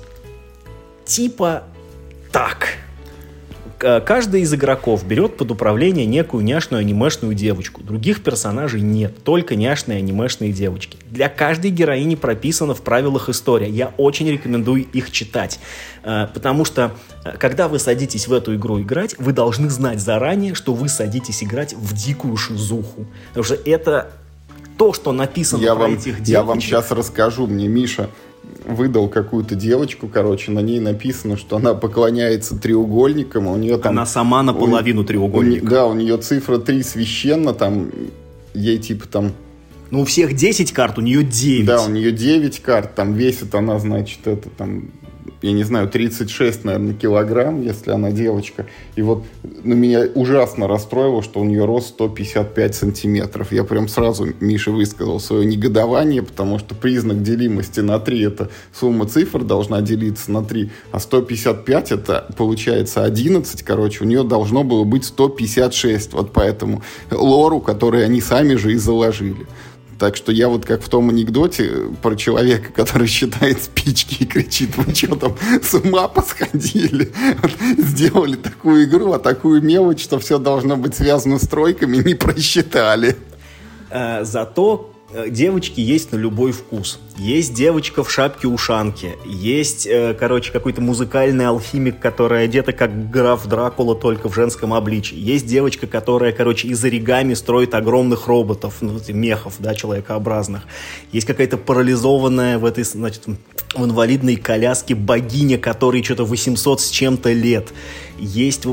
Speaker 2: типа так... Каждый из игроков берет под управление некую няшную анимешную девочку. Других персонажей нет, только няшные анимешные девочки. Для каждой героини прописана в правилах история. Я очень рекомендую их читать. Потому что, когда вы садитесь в эту игру играть, вы должны знать заранее, что вы садитесь играть в дикую шизуху. Потому что это то, что написано
Speaker 1: я
Speaker 2: про
Speaker 1: вам,
Speaker 2: этих девочек.
Speaker 1: Я вам сейчас расскажу. Мне Миша выдал какую-то девочку, короче, на ней написано, что она поклоняется треугольникам, у нее там...
Speaker 2: Она сама наполовину
Speaker 1: у,
Speaker 2: треугольник.
Speaker 1: У, да, у нее цифра три священна, там, ей типа там...
Speaker 2: Ну, у всех десять карт, у нее девять.
Speaker 1: Да, у нее девять карт, там весит она, значит, это там... я не знаю, тридцать шесть, наверное, килограмм, если она девочка. И вот на меня ужасно расстроило, что у нее рост сто пятьдесят пять сантиметров. Я прям сразу Мише высказал свое негодование, потому что признак делимости на три — это сумма цифр должна делиться на три, а сто пятьдесят пять — это получается одиннадцать, короче, у нее должно было быть сто пятьдесят шесть, вот поэтому лору, который они сами же и заложили. Так что я вот как в том анекдоте про человека, который считает спички и кричит: вы что там, с ума посходили? Вот, сделали такую игру, а такую мелочь, что все должно быть связано с тройками, не просчитали.
Speaker 2: А, зато девочки есть на любой вкус. Есть девочка в шапке-ушанке, есть, э, короче, какой-то музыкальный алхимик, который одета как граф Дракула, только в женском обличии. Есть девочка, которая, короче, из оригами строит огромных роботов, ну, мехов, да, человекообразных. Есть какая-то парализованная в этой, значит, в инвалидной коляске богиня, которой что-то восемьсот с чем-то лет. Есть...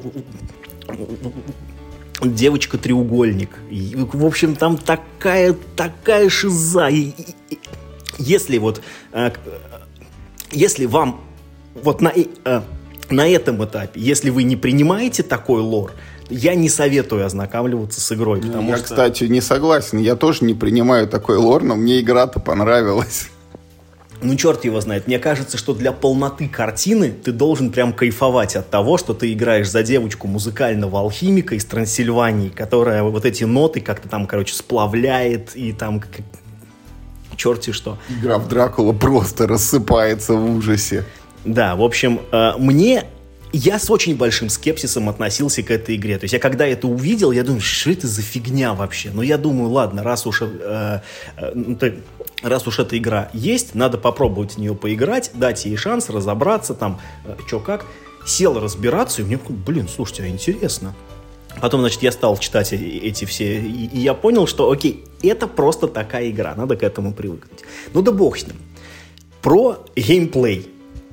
Speaker 2: девочка-треугольник. И, в общем, там такая, такая шиза. И, и, и, если вот, э, если вам вот на, э, на этом этапе, если вы не принимаете такой лор, я не советую ознакомливаться с игрой. Потому
Speaker 1: я,
Speaker 2: что...
Speaker 1: кстати, не согласен. Я тоже не принимаю такой лор, но мне игра-то понравилась.
Speaker 2: Ну, черт его знает. Мне кажется, что для полноты картины ты должен прям кайфовать от того, что ты играешь за девочку музыкального алхимика из Трансильвании, которая вот эти ноты как-то там, короче, сплавляет и там... черти что.
Speaker 1: Игра в Дракула просто рассыпается в ужасе.
Speaker 2: Да, в общем, мне... Я с очень большим скепсисом относился к этой игре. То есть я когда это увидел, я думаю, что это за фигня вообще? Но я думаю, ладно, раз уж, э, э, раз уж эта игра есть, надо попробовать в нее поиграть, дать ей шанс разобраться, там, э, что как. Сел разбираться, и мне, блин, слушайте, а интересно. Потом, значит, я стал читать эти все, и, и я понял, что, окей, это просто такая игра, надо к этому привыкнуть. Ну да бог с ним. Про геймплей.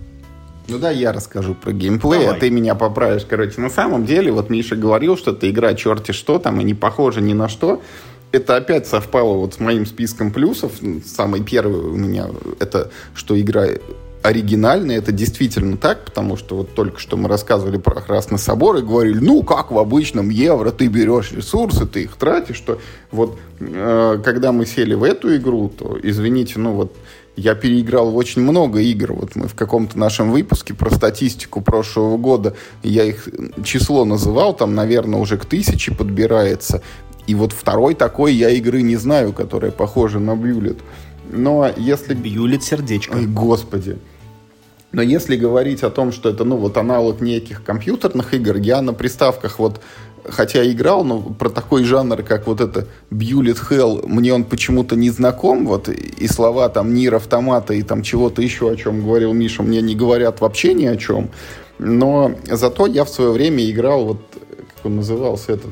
Speaker 1: Ну да, я расскажу про геймплей,
Speaker 2: Давай.
Speaker 1: А ты меня поправишь. Короче, на самом деле, вот Миша говорил, что эта игра черти что там и не похожа ни на что. Это опять совпало вот с моим списком плюсов. Самый первый у меня это, что игра оригинальная. Это действительно так, потому что вот только что мы рассказывали про Красный собор и говорили, ну, как в обычном евро, ты берешь ресурсы, ты их тратишь, что вот э, когда мы сели в эту игру, то, извините, ну вот я переиграл в очень много игр. Вот мы в каком-то нашем выпуске про статистику прошлого года, я их число называл, там, наверное, уже к тысяче подбирается. И вот второй такой я игры не знаю, которая похожа на Бьюлет. Но если...
Speaker 2: Бьюлет сердечко.
Speaker 1: Ой, господи. Но если говорить о том, что это, ну, вот аналог неких компьютерных игр, я на приставках вот хотя играл, но про такой жанр, как вот это Bullet Hell, мне он почему-то не знаком, вот, и слова там Нир Автомата и там чего-то еще, о чем говорил Миша, мне не говорят вообще ни о чем, но зато я в свое время играл, вот, как он назывался этот...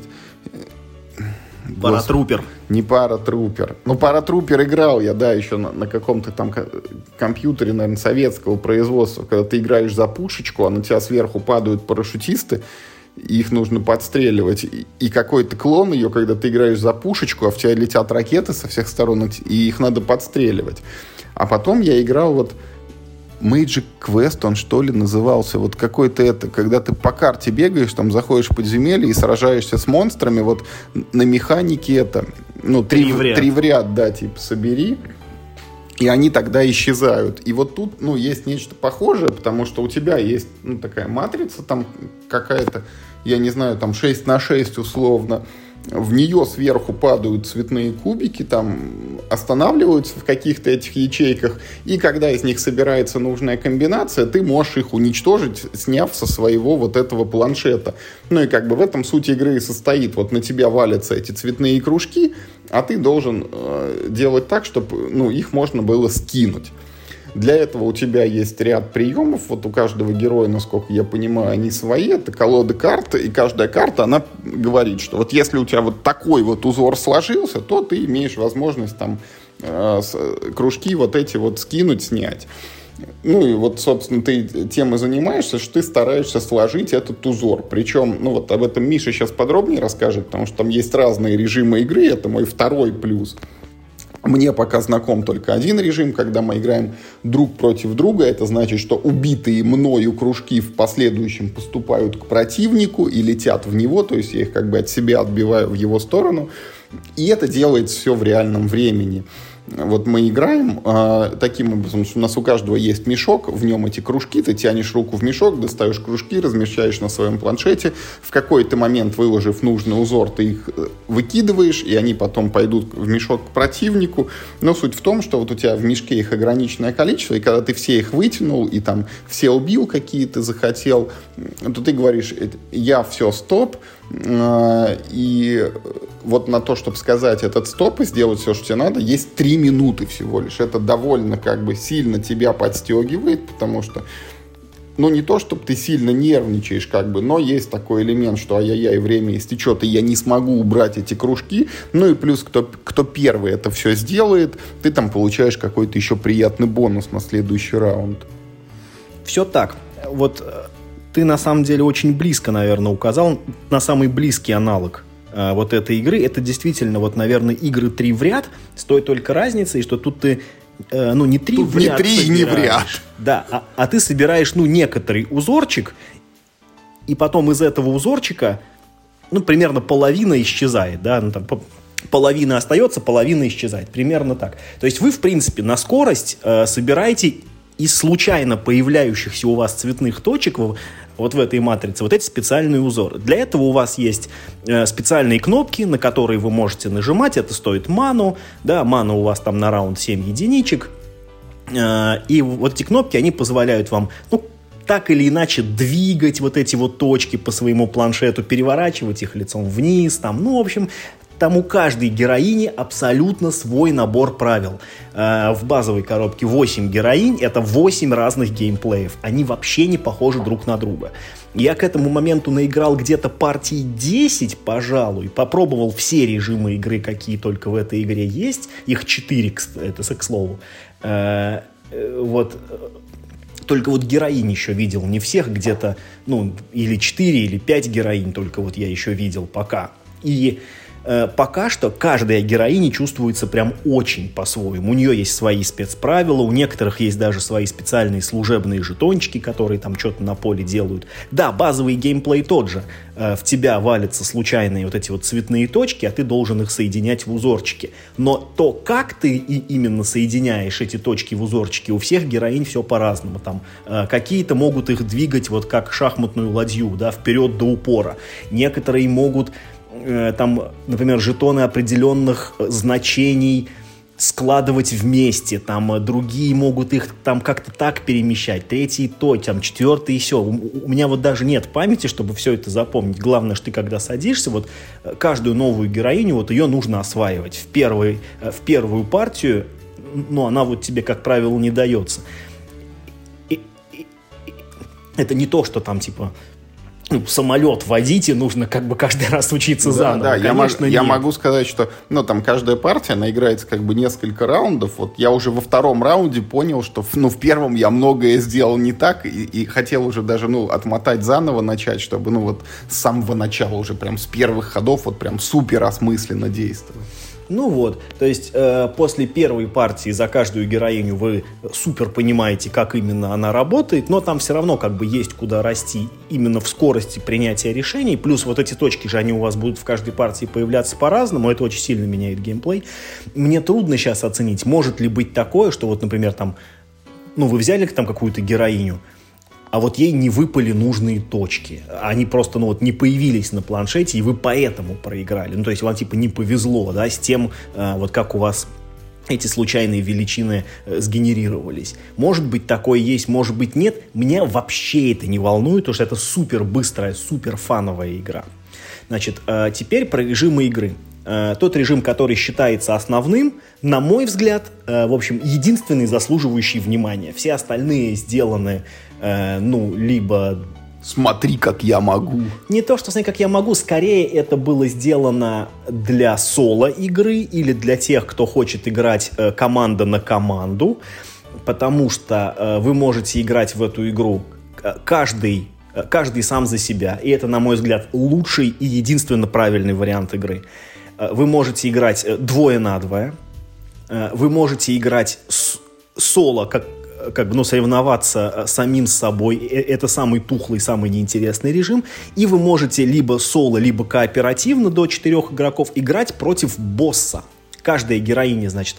Speaker 2: Паратрупер.
Speaker 1: Не Паратрупер. Ну, Паратрупер играл я, да, еще на, на каком-то там компьютере, наверное, советского производства, когда ты играешь за пушечку, а на тебя сверху падают парашютисты, их нужно подстреливать. И какой-то клон ее, когда ты играешь за пушечку, а в тебя летят ракеты со всех сторон, и их надо подстреливать. А потом я играл вот Magic Quest, он что ли назывался, вот какой-то это, когда ты по карте бегаешь, там заходишь в подземелье и сражаешься с монстрами, вот на механике это, ну, три, три, в, ряд. три в ряд, да, типа, собери, и они тогда исчезают. И вот тут, ну, есть нечто похожее, потому что у тебя есть, ну, такая матрица там какая-то, я не знаю, там шесть на шесть условно, в нее сверху падают цветные кубики, там останавливаются в каких-то этих ячейках, и когда из них собирается нужная комбинация, ты можешь их уничтожить, сняв со своего вот этого планшета. Ну и как бы в этом суть игры и состоит. Вот на тебя валятся эти цветные кружки, а ты должен э, делать так, чтобы, ну, их можно было скинуть. Для этого у тебя есть ряд приемов, вот у каждого героя, насколько я понимаю, они свои, это колода карт, и каждая карта, она говорит, что вот если у тебя вот такой вот узор сложился, то ты имеешь возможность там э, кружки вот эти вот скинуть, снять. Ну и вот, собственно, ты тем и занимаешься, что ты стараешься сложить этот узор. Причем, ну вот об этом Миша сейчас подробнее расскажет, потому что там есть разные режимы игры, это мой второй плюс. Мне пока знаком только один режим, когда мы играем друг против друга. Это значит, что убитые мною кружки в последующем поступают к противнику и летят в него. То есть я их как бы от себя отбиваю в его сторону. И это делается все в реальном времени. Вот мы играем э, таким образом, что у нас у каждого есть мешок, в нем эти кружки, ты тянешь руку в мешок, достаешь кружки, размещаешь на своем планшете, в какой-то момент, выложив нужный узор, ты их выкидываешь, и они потом пойдут в мешок к противнику. Но суть в том, что вот у тебя в мешке их ограниченное количество, и когда ты все их вытянул, и там все убил, какие ты захотел, то ты говоришь: я все, стоп. И вот на то, чтобы сказать этот стоп и сделать все, что тебе надо, есть три минуты всего лишь. Это довольно как бы сильно тебя подстегивает, потому что, ну, не то, чтобы ты сильно нервничаешь, как бы, но есть такой элемент, что ай-яй-яй, время истечет, и я не смогу убрать эти кружки. Ну и плюс, кто, кто первый это все сделает, ты там получаешь какой-то еще приятный бонус на следующий раунд.
Speaker 2: Все так. Вот ты на самом деле очень близко, наверное, указал на самый близкий аналог э, вот этой игры. Это действительно, вот, наверное, игры три в ряд, с той только разницей, что тут ты, э, ну, не три тут в
Speaker 1: не
Speaker 2: ряд
Speaker 1: три и не в ряд.
Speaker 2: Да, а, а ты собираешь, ну, некоторый узорчик, и потом из этого узорчика, ну, примерно половина исчезает, да, ну, там, половина остается, половина исчезает, примерно так. То есть вы, в принципе, на скорость э, собираете из случайно появляющихся у вас цветных точек вот в этой матрице вот эти специальные узоры. Для этого у вас есть э, специальные кнопки, на которые вы можете нажимать. Это стоит ману. Да, мана у вас там на раунд семь единичек. Э, и вот эти кнопки, они позволяют вам, ну, так или иначе двигать вот эти вот точки по своему планшету, переворачивать их лицом вниз. Там, ну, в общем, там у каждой героини абсолютно свой набор правил. Э, в базовой коробке восемь героинь, это восемь разных геймплеев. Они вообще не похожи друг на друга. Я к этому моменту наиграл где-то партий десять, пожалуй. Попробовал все режимы игры, какие только в этой игре есть. Их четыре, это к слову. Э, вот... Только вот героинь еще видел не всех, где-то, ну, или четыре, или пять героинь только вот я еще видел пока. И э, пока что каждая героиня чувствуется прям очень по-своему. У нее есть свои спецправила, у некоторых есть даже свои специальные служебные жетончики, которые там что-то на поле делают. Да, базовый геймплей тот же. Э, в тебя валятся случайные вот эти вот цветные точки, а ты должен их соединять в узорчики. Но то, как ты и именно соединяешь эти точки в узорчики, у всех героинь все по-разному. Там э, какие-то могут их двигать вот как шахматную ладью, да, вперед до упора. Некоторые могут там, например, жетоны определенных значений складывать вместе, там другие могут их там как-то так перемещать, третий то, там четвертый и все. У меня вот даже нет памяти, чтобы все это запомнить. Главное, что ты когда садишься, вот каждую новую героиню, вот ее нужно осваивать. В, первый, в первую партию, ну, она вот тебе, как правило, не дается. И, и, и, это не то, что там, типа, ну, самолет водите, нужно как бы каждый раз учиться
Speaker 1: да,
Speaker 2: заново.
Speaker 1: Да, я, мог, я могу сказать, что, ну, там каждая партия, она играется как бы несколько раундов. Вот я уже во втором раунде понял, что, ну, в первом я многое сделал не так, и, и хотел уже даже, ну, отмотать заново, начать, чтобы, ну, вот с самого начала уже прям с первых ходов вот прям супер осмысленно действовать.
Speaker 2: Ну вот, то есть э, после первой партии за каждую героиню вы супер понимаете, как именно она работает, но там все равно как бы есть куда расти именно в скорости принятия решений, плюс вот эти точки же, они у вас будут в каждой партии появляться по-разному, это очень сильно меняет геймплей. Мне трудно сейчас оценить, может ли быть такое, что вот, например, там, ну вы взяли там какую-то героиню, а вот ей не выпали нужные точки. Они просто, ну вот, не появились на планшете, и вы поэтому проиграли. Ну, то есть вам, типа, не повезло, да, с тем, э, вот как у вас эти случайные величины э, сгенерировались. Может быть, такое есть, может быть, нет. Меня вообще это не волнует, потому что это супер быстрая, супер фановая игра. Значит, э, теперь про режимы игры. Э, тот режим, который считается основным, на мой взгляд, э, в общем, единственный заслуживающий внимания. Все остальные сделаны, э, ну, либо...
Speaker 1: Смотри, как я могу.
Speaker 2: Не то, что смотри, как я могу, скорее это было сделано для соло-игры или для тех, кто хочет играть э, команда на команду, потому что э, вы можете играть в эту игру э, каждый, э, каждый сам за себя, и это, на мой взгляд, лучший и единственно правильный вариант игры. Вы можете играть двое на двое. Э, вы можете играть с, соло, как, как бы, ну, соревноваться самим с собой. Это самый тухлый, самый неинтересный режим. И вы можете либо соло, либо кооперативно до четырех игроков играть против босса. Каждая героиня, значит,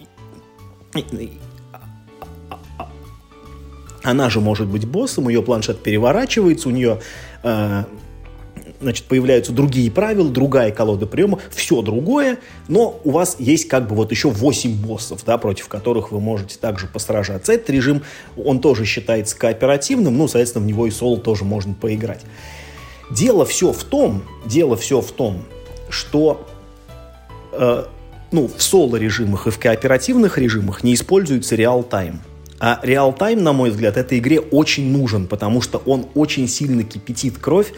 Speaker 2: она же может быть боссом, ее планшет переворачивается, у нее, э, значит, появляются другие правила, другая колода приема, все другое, но у вас есть как бы вот еще восемь боссов, да, против которых вы можете также посражаться. Этот режим, он тоже считается кооперативным, ну, соответственно, в него и соло тоже можно поиграть. Дело все в том, дело все в том, что э, ну, в соло-режимах и в кооперативных режимах не используется реал-тайм. А реал-тайм, на мой взгляд, этой игре очень нужен, потому что он очень сильно кипятит кровь,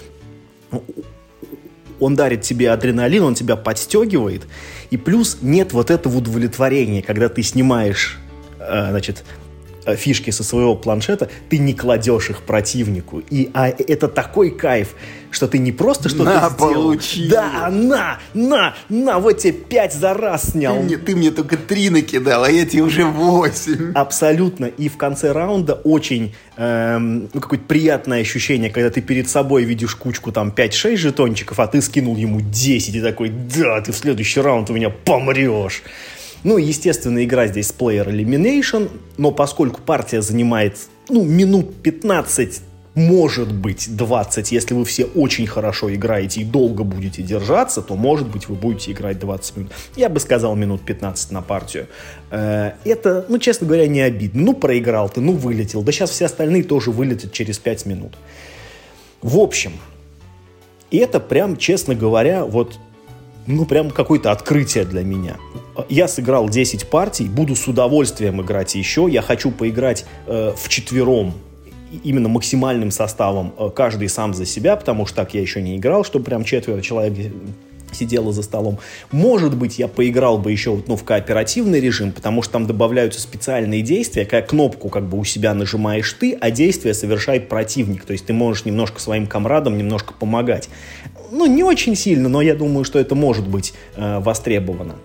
Speaker 2: он дарит тебе адреналин, он тебя подстегивает, и плюс нет вот этого удовлетворения, когда ты снимаешь, значит, фишки со своего планшета, ты не кладешь их противнику. И а это такой кайф, что ты не просто что-то
Speaker 1: на,
Speaker 2: сделал.
Speaker 1: Получи.
Speaker 2: Да, на, на, на, вот тебе пять за раз снял.
Speaker 1: Ты мне, ты мне только три накидал, а я тебе уже восемь.
Speaker 2: Абсолютно. И в конце раунда очень эм, ну, какое-то приятное ощущение, когда ты перед собой видишь кучку там пять-шесть жетончиков, а ты скинул ему десять и такой, да, ты в следующий раунд у меня помрешь. Ну, естественно, игра здесь с Player Elimination, но поскольку партия занимает, ну, минут пятнадцать, может быть, двадцать, если вы все очень хорошо играете и долго будете держаться, то, может быть, вы будете играть двадцать минут. Я бы сказал, минут пятнадцать на партию. Это, ну, честно говоря, не обидно. Ну, проиграл ты, ну, вылетел. Да сейчас все остальные тоже вылетят через пять минут. В общем, это прям, честно говоря, вот... Ну, прям какое-то открытие для меня. Я сыграл десять партий, буду с удовольствием играть еще. Я хочу поиграть э, вчетвером, именно максимальным составом, э, каждый сам за себя, потому что так я еще не играл, чтобы прям четверо человек сидело за столом. Может быть, я поиграл бы еще ну, в кооперативный режим, потому что там добавляются специальные действия, когда кнопку как бы у себя нажимаешь ты, а действие совершает противник. То есть ты можешь немножко своим комрадам немножко помогать. Ну, не очень сильно, но я думаю, что это может быть э, востребовано.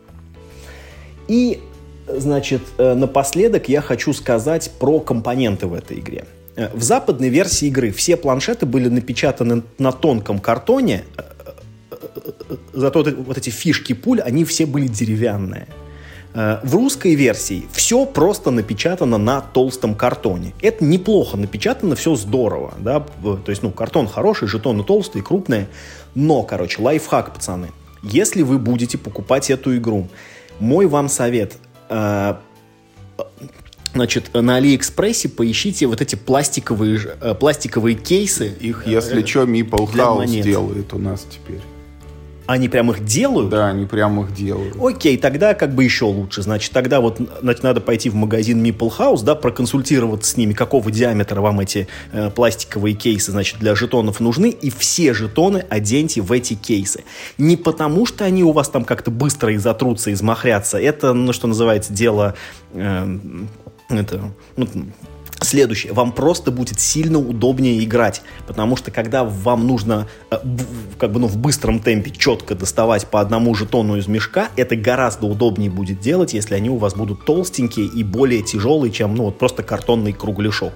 Speaker 2: И, значит, э, напоследок я хочу сказать про компоненты в этой игре. Э, в западной версии игры все планшеты были напечатаны на тонком картоне, э, э, э, зато вот, вот эти фишки пуль, они все были деревянные. В русской версии все просто напечатано на толстом картоне. Это неплохо напечатано, все здорово, да, то есть, ну, картон хороший, жетоны толстые, крупные, но, короче, лайфхак, пацаны, если вы будете покупать эту игру, мой вам совет, э, значит, на Алиэкспрессе поищите вот эти пластиковые, э, пластиковые кейсы.
Speaker 1: Их, если э, что, Meeple House делает у нас теперь.
Speaker 2: Они прям их делают?
Speaker 1: Да, они прям их делают.
Speaker 2: Окей, тогда как бы еще лучше. Значит, тогда вот значит, надо пойти в магазин Meeple House, да, проконсультироваться с ними, какого диаметра вам эти э, пластиковые кейсы, значит, для жетонов нужны, и все жетоны оденьте в эти кейсы. Не потому, что они у вас там как-то быстро изотрутся, измахрятся. Это, ну, что называется, дело... Э, это... Ну, следующее. Вам просто будет сильно удобнее играть, потому что когда вам нужно как бы, ну, в быстром темпе четко доставать по одному жетону из мешка, это гораздо удобнее будет делать, если они у вас будут толстенькие и более тяжелые, чем ну, вот просто картонный кругляшок.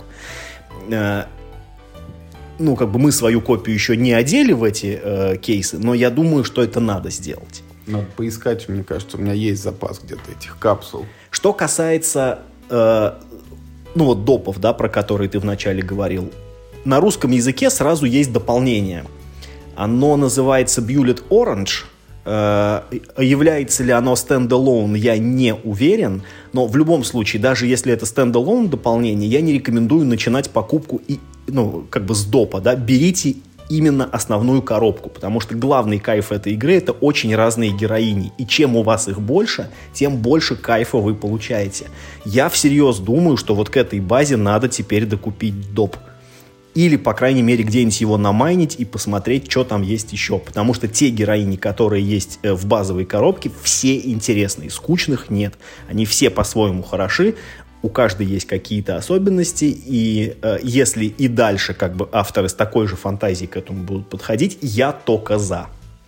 Speaker 2: Ну, как бы мы свою копию еще не одели в эти э, кейсы, но я думаю, что это надо сделать.
Speaker 1: Надо поискать, мне кажется, у меня есть запас где-то этих капсул.
Speaker 2: Что касается... Э, ну вот допов, да, про которые ты вначале говорил. На русском языке сразу есть дополнение. Оно называется Bullet Orange. Э, является ли оно стендалон, я не уверен. Но в любом случае, даже если это стендалон дополнение, я не рекомендую начинать покупку и, ну, как бы с допа. Да? Берите именно основную коробку, потому что главный кайф этой игры — это очень разные героини, и чем у вас их больше, тем больше кайфа вы получаете. Я всерьез думаю, что вот к этой базе надо теперь докупить доп. Или, по крайней мере, где-нибудь его намайнить и посмотреть, что там есть еще, потому что те героини, которые есть в базовой коробке, все интересные, скучных нет. Они все по-своему хороши, у каждой есть какие-то особенности, и э, если и дальше как бы авторы с такой же фантазией к этому будут подходить, я только за.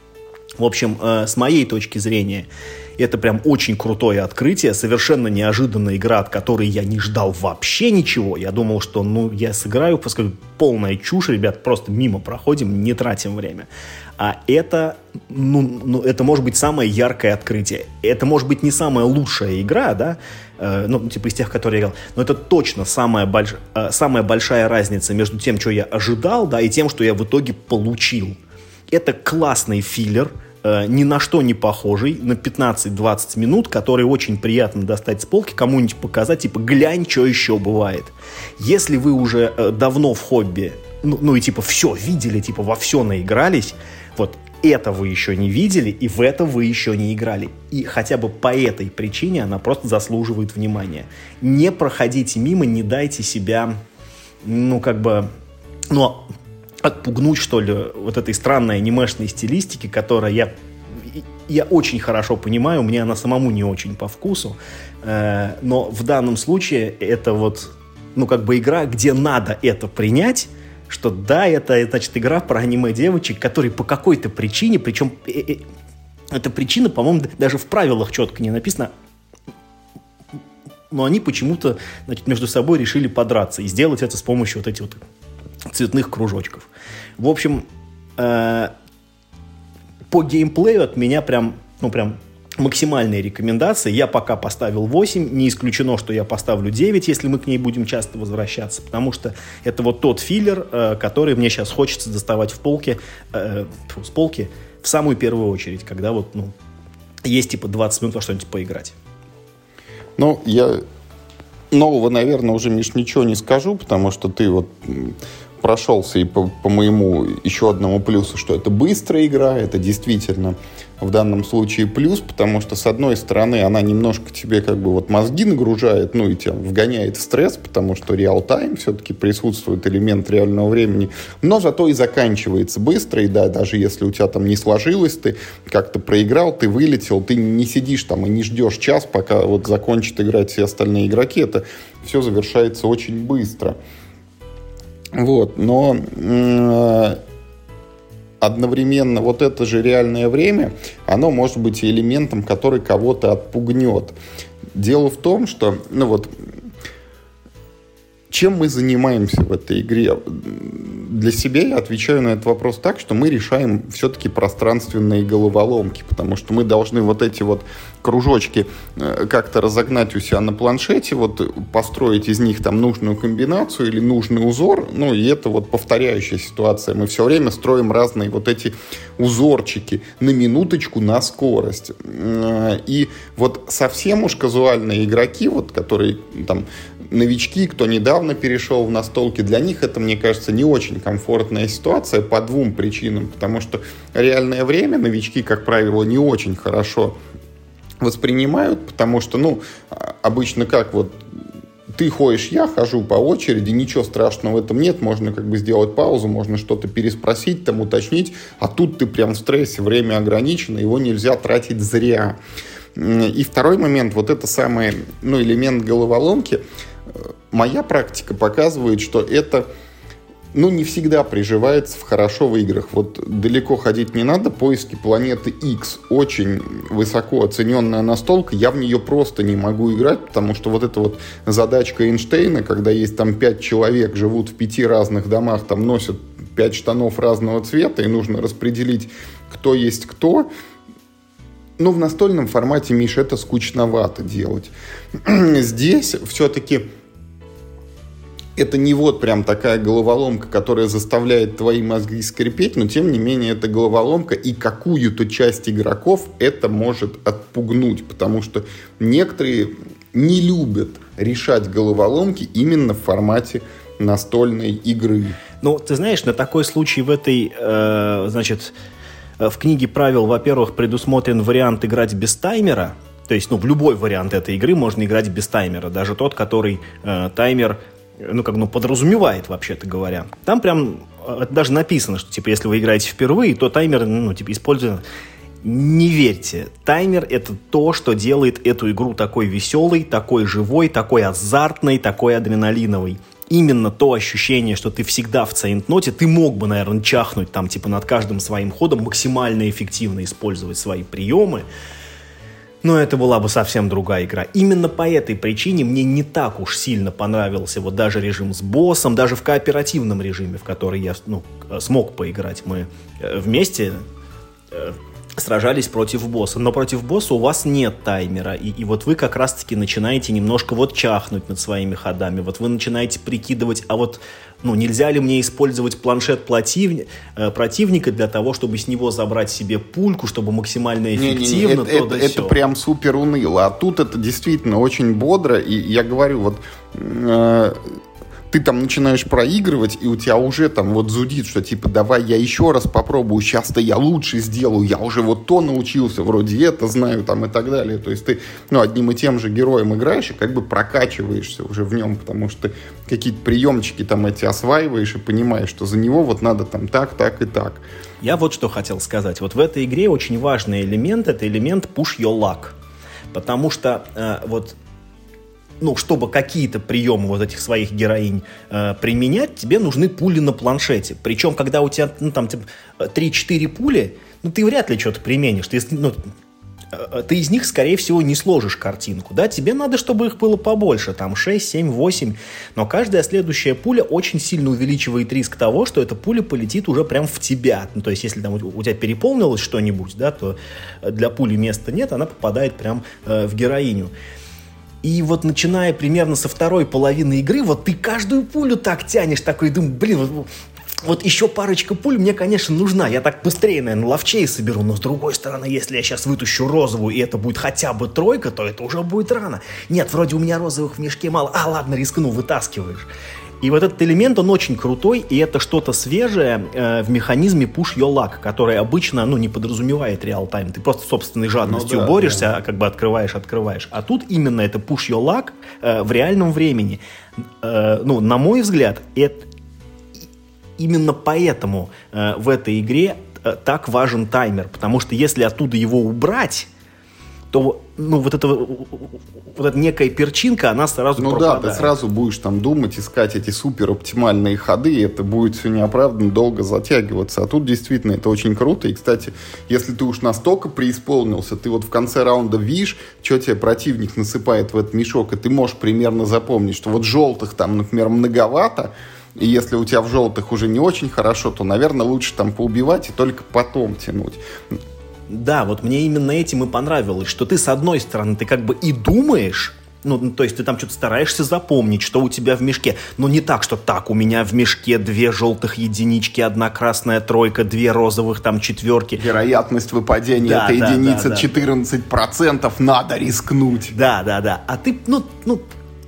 Speaker 2: В общем, э, с моей точки зрения, это прям очень крутое открытие, совершенно неожиданная игра, от которой я не ждал вообще ничего. Я думал, что ну я сыграю, поскольку полная чушь, ребят, просто мимо проходим, не тратим время. А это, ну, ну, это может быть самое яркое открытие. Это может быть не самая лучшая игра, да, э, ну, типа из тех, которые я играл, но это точно самая, больш... э, самая большая разница между тем, что я ожидал, да, и тем, что я в итоге получил. Это классный филлер, ни на что не похожий, на пятнадцать-двадцать минут, который очень приятно достать с полки, кому-нибудь показать, типа, глянь, что еще бывает. Если вы уже э, давно в хобби, ну, ну и типа все видели, типа во все наигрались, вот это вы еще не видели, и в это вы еще не играли. И хотя бы по этой причине она просто заслуживает внимания. Не проходите мимо, не дайте себя, ну, как бы, ну, отпугнуть, что ли, вот этой странной анимешной стилистики, которая я, я очень хорошо понимаю, мне она самому не очень по вкусу, э, но в данном случае это вот, ну, как бы игра, где надо это принять, что да, это, значит, игра про аниме-девочек, которые по какой-то причине, причем э, э, эта причина, по-моему, даже в правилах четко не написано, но они почему-то, значит, между собой решили подраться и сделать это с помощью вот этих вот цветных кружочков. В общем, э, по геймплею от меня прям, ну, прям максимальные рекомендации. Я пока поставил восемь. Не исключено, что я поставлю девять, если мы к ней будем часто возвращаться, потому что это вот тот филлер, э, который мне сейчас хочется доставать в полке, э, с полки в самую первую очередь, когда вот, ну, есть типа двадцать минут во что-нибудь поиграть.
Speaker 1: Ну, я нового, наверное, уже, Миш, ничего не скажу, потому что ты вот прошелся и по, по моему еще одному плюсу, что это быстрая игра, это действительно в данном случае плюс, потому что, с одной стороны, она немножко тебе как бы вот мозги нагружает, ну и тебя вгоняет в стресс, потому что реал-тайм, все-таки присутствует элемент реального времени, но зато и заканчивается быстро, и да, даже если у тебя там не сложилось, ты как-то проиграл, ты вылетел, ты не сидишь там и не ждешь час, пока вот закончат играть все остальные игроки, это все завершается очень быстро. Вот, но э, одновременно вот это же реальное время, оно может быть и элементом, который кого-то отпугнет. Дело в том, что, ну вот, чем мы занимаемся в этой игре? Для себя я отвечаю на этот вопрос так, что мы решаем все-таки пространственные головоломки, потому что мы должны вот эти вот кружочки как-то разогнать у себя на планшете, вот построить из них там нужную комбинацию или нужный узор, ну и это вот повторяющая ситуация. Мы все время строим разные вот эти узорчики на минуточку, на скорость. И вот совсем уж казуальные игроки, вот которые там новички, кто недавно перешел в настолки, для них это, мне кажется, не очень комфортная ситуация по двум причинам, потому что реальное время новички, как правило, не очень хорошо воспринимают, потому что, ну, обычно как вот ты ходишь, я хожу по очереди, ничего страшного в этом нет, можно как бы сделать паузу, можно что-то переспросить, там уточнить, а тут ты прям в стрессе, время ограничено, его нельзя тратить зря. И второй момент, вот это самый, ну, элемент головоломки, моя практика показывает, что это, ну, не всегда приживается в хорошо в играх. Вот далеко ходить не надо. Поиски планеты X очень высоко оцененная настолка. Я в нее просто не могу играть, потому что вот эта вот задачка Эйнштейна, когда есть там пять человек, живут в пяти разных домах, там носят пять штанов разного цвета, и нужно распределить, кто есть кто. Ну, в настольном формате, Миша, это скучновато делать. Здесь все-таки это не вот прям такая головоломка, которая заставляет твои мозги скрипеть, но тем не менее это головоломка, и какую-то часть игроков это может отпугнуть, потому что некоторые не любят решать головоломки именно в формате настольной игры.
Speaker 2: Ну, ты знаешь, на такой случай в этой, э, значит, в книге правил, во-первых, предусмотрен вариант играть без таймера. То есть, ну, в любой вариант этой игры можно играть без таймера. Даже тот, который э, таймер, ну, как, ну, подразумевает, вообще-то говоря. Там прям э, даже написано, что, типа, если вы играете впервые, то таймер, ну, типа, используется. Не верьте. Таймер — это то, что делает эту игру такой веселой, такой живой, такой азартной, такой адреналиновой. именно то ощущение, что ты всегда в цейтноте, ты мог бы, наверное, чахнуть там, типа, над каждым своим ходом, максимально эффективно использовать свои приемы, но это была бы совсем другая игра. Именно по этой причине мне не так уж сильно понравился вот даже режим с боссом, даже в кооперативном режиме, в который я, ну, смог поиграть. Мы вместе сражались против босса, но против босса у вас нет таймера, и, и вот вы как раз-таки начинаете немножко вот чахнуть над своими ходами, вот вы начинаете прикидывать, а вот, ну, нельзя ли мне использовать планшет противни, э, противника для того, чтобы с него забрать себе пульку, чтобы максимально эффективно,
Speaker 1: не, не, не,
Speaker 2: то
Speaker 1: это,
Speaker 2: да
Speaker 1: это,
Speaker 2: сё.
Speaker 1: это прям супер уныло, а тут это действительно очень бодро, и я говорю, вот... Э- ты там начинаешь проигрывать, и у тебя уже там вот зудит, что типа давай я еще раз попробую, сейчас-то я лучше сделаю, я уже вот то научился, вроде это знаю там и так далее. То есть ты, ну, одним и тем же героем играешь и как бы прокачиваешься уже в нем, потому что ты какие-то приемчики там эти осваиваешь и понимаешь, что за него вот надо там так, так и так.
Speaker 2: Я вот что хотел сказать. Вот в этой игре очень важный элемент, это элемент push your luck. Потому что э, вот ну, чтобы какие-то приемы вот этих своих героинь э, применять, тебе нужны пули на планшете. Причем, когда у тебя, ну, там, типа, три-четыре пули, ну, ты вряд ли что-то применишь. Ты, ну, э, ты из них, скорее всего, не сложишь картинку, да? Тебе надо, чтобы их было побольше, там, шесть, семь, восемь. Но каждая следующая пуля очень сильно увеличивает риск того, что эта пуля полетит уже прям в тебя. Ну, то есть, если там у, у тебя переполнилось что-нибудь, да, то для пули места нет, она попадает прям э, в героиню. И вот начиная примерно со второй половины игры, вот ты каждую пулю так тянешь, такой, думаю, блин, вот, вот еще парочка пуль мне, конечно, нужна. Я так быстрее, наверное, ловчей соберу, но с другой стороны, если я сейчас вытащу розовую, и это будет хотя бы тройка, то это уже будет рано. Нет, вроде у меня розовых в мешке мало. А, ладно, рискну, вытаскиваешь. И вот этот элемент, он очень крутой, и это что-то свежее э, в механизме push your luck, который обычно, ну, не подразумевает реал-тайм. Ты просто собственной жадностью ну, да, борешься, да. как бы открываешь, открываешь. А тут именно это push your luck э, в реальном времени. Э, ну, на мой взгляд, это, именно поэтому э, в этой игре э, так важен таймер, потому что если оттуда его убрать, то, ну, вот эта вот эта некая перчинка, она сразу
Speaker 1: ну
Speaker 2: пропадает.
Speaker 1: Ну да, ты сразу будешь там думать, искать эти супер оптимальные ходы, и это будет все неоправданно долго затягиваться. А тут действительно это очень круто. И, кстати, если ты уж настолько преисполнился, ты вот в конце раунда видишь, что тебе противник насыпает в этот мешок, и ты можешь примерно запомнить, что вот желтых там, например, многовато, и если у тебя в желтых уже не очень хорошо, то, наверное, лучше там поубивать и только потом тянуть.
Speaker 2: Да, вот мне именно этим и понравилось, что ты, с одной стороны, ты как бы и думаешь, ну, то есть ты там что-то стараешься запомнить, что у тебя в мешке, но не так, что так, у меня в мешке две желтых единички, одна красная тройка, две розовых там четверки.
Speaker 1: Вероятность выпадения да, этой да, единицы да, четырнадцать процентов, да. Надо рискнуть.
Speaker 2: Да, да, да, а ты, ну, ну,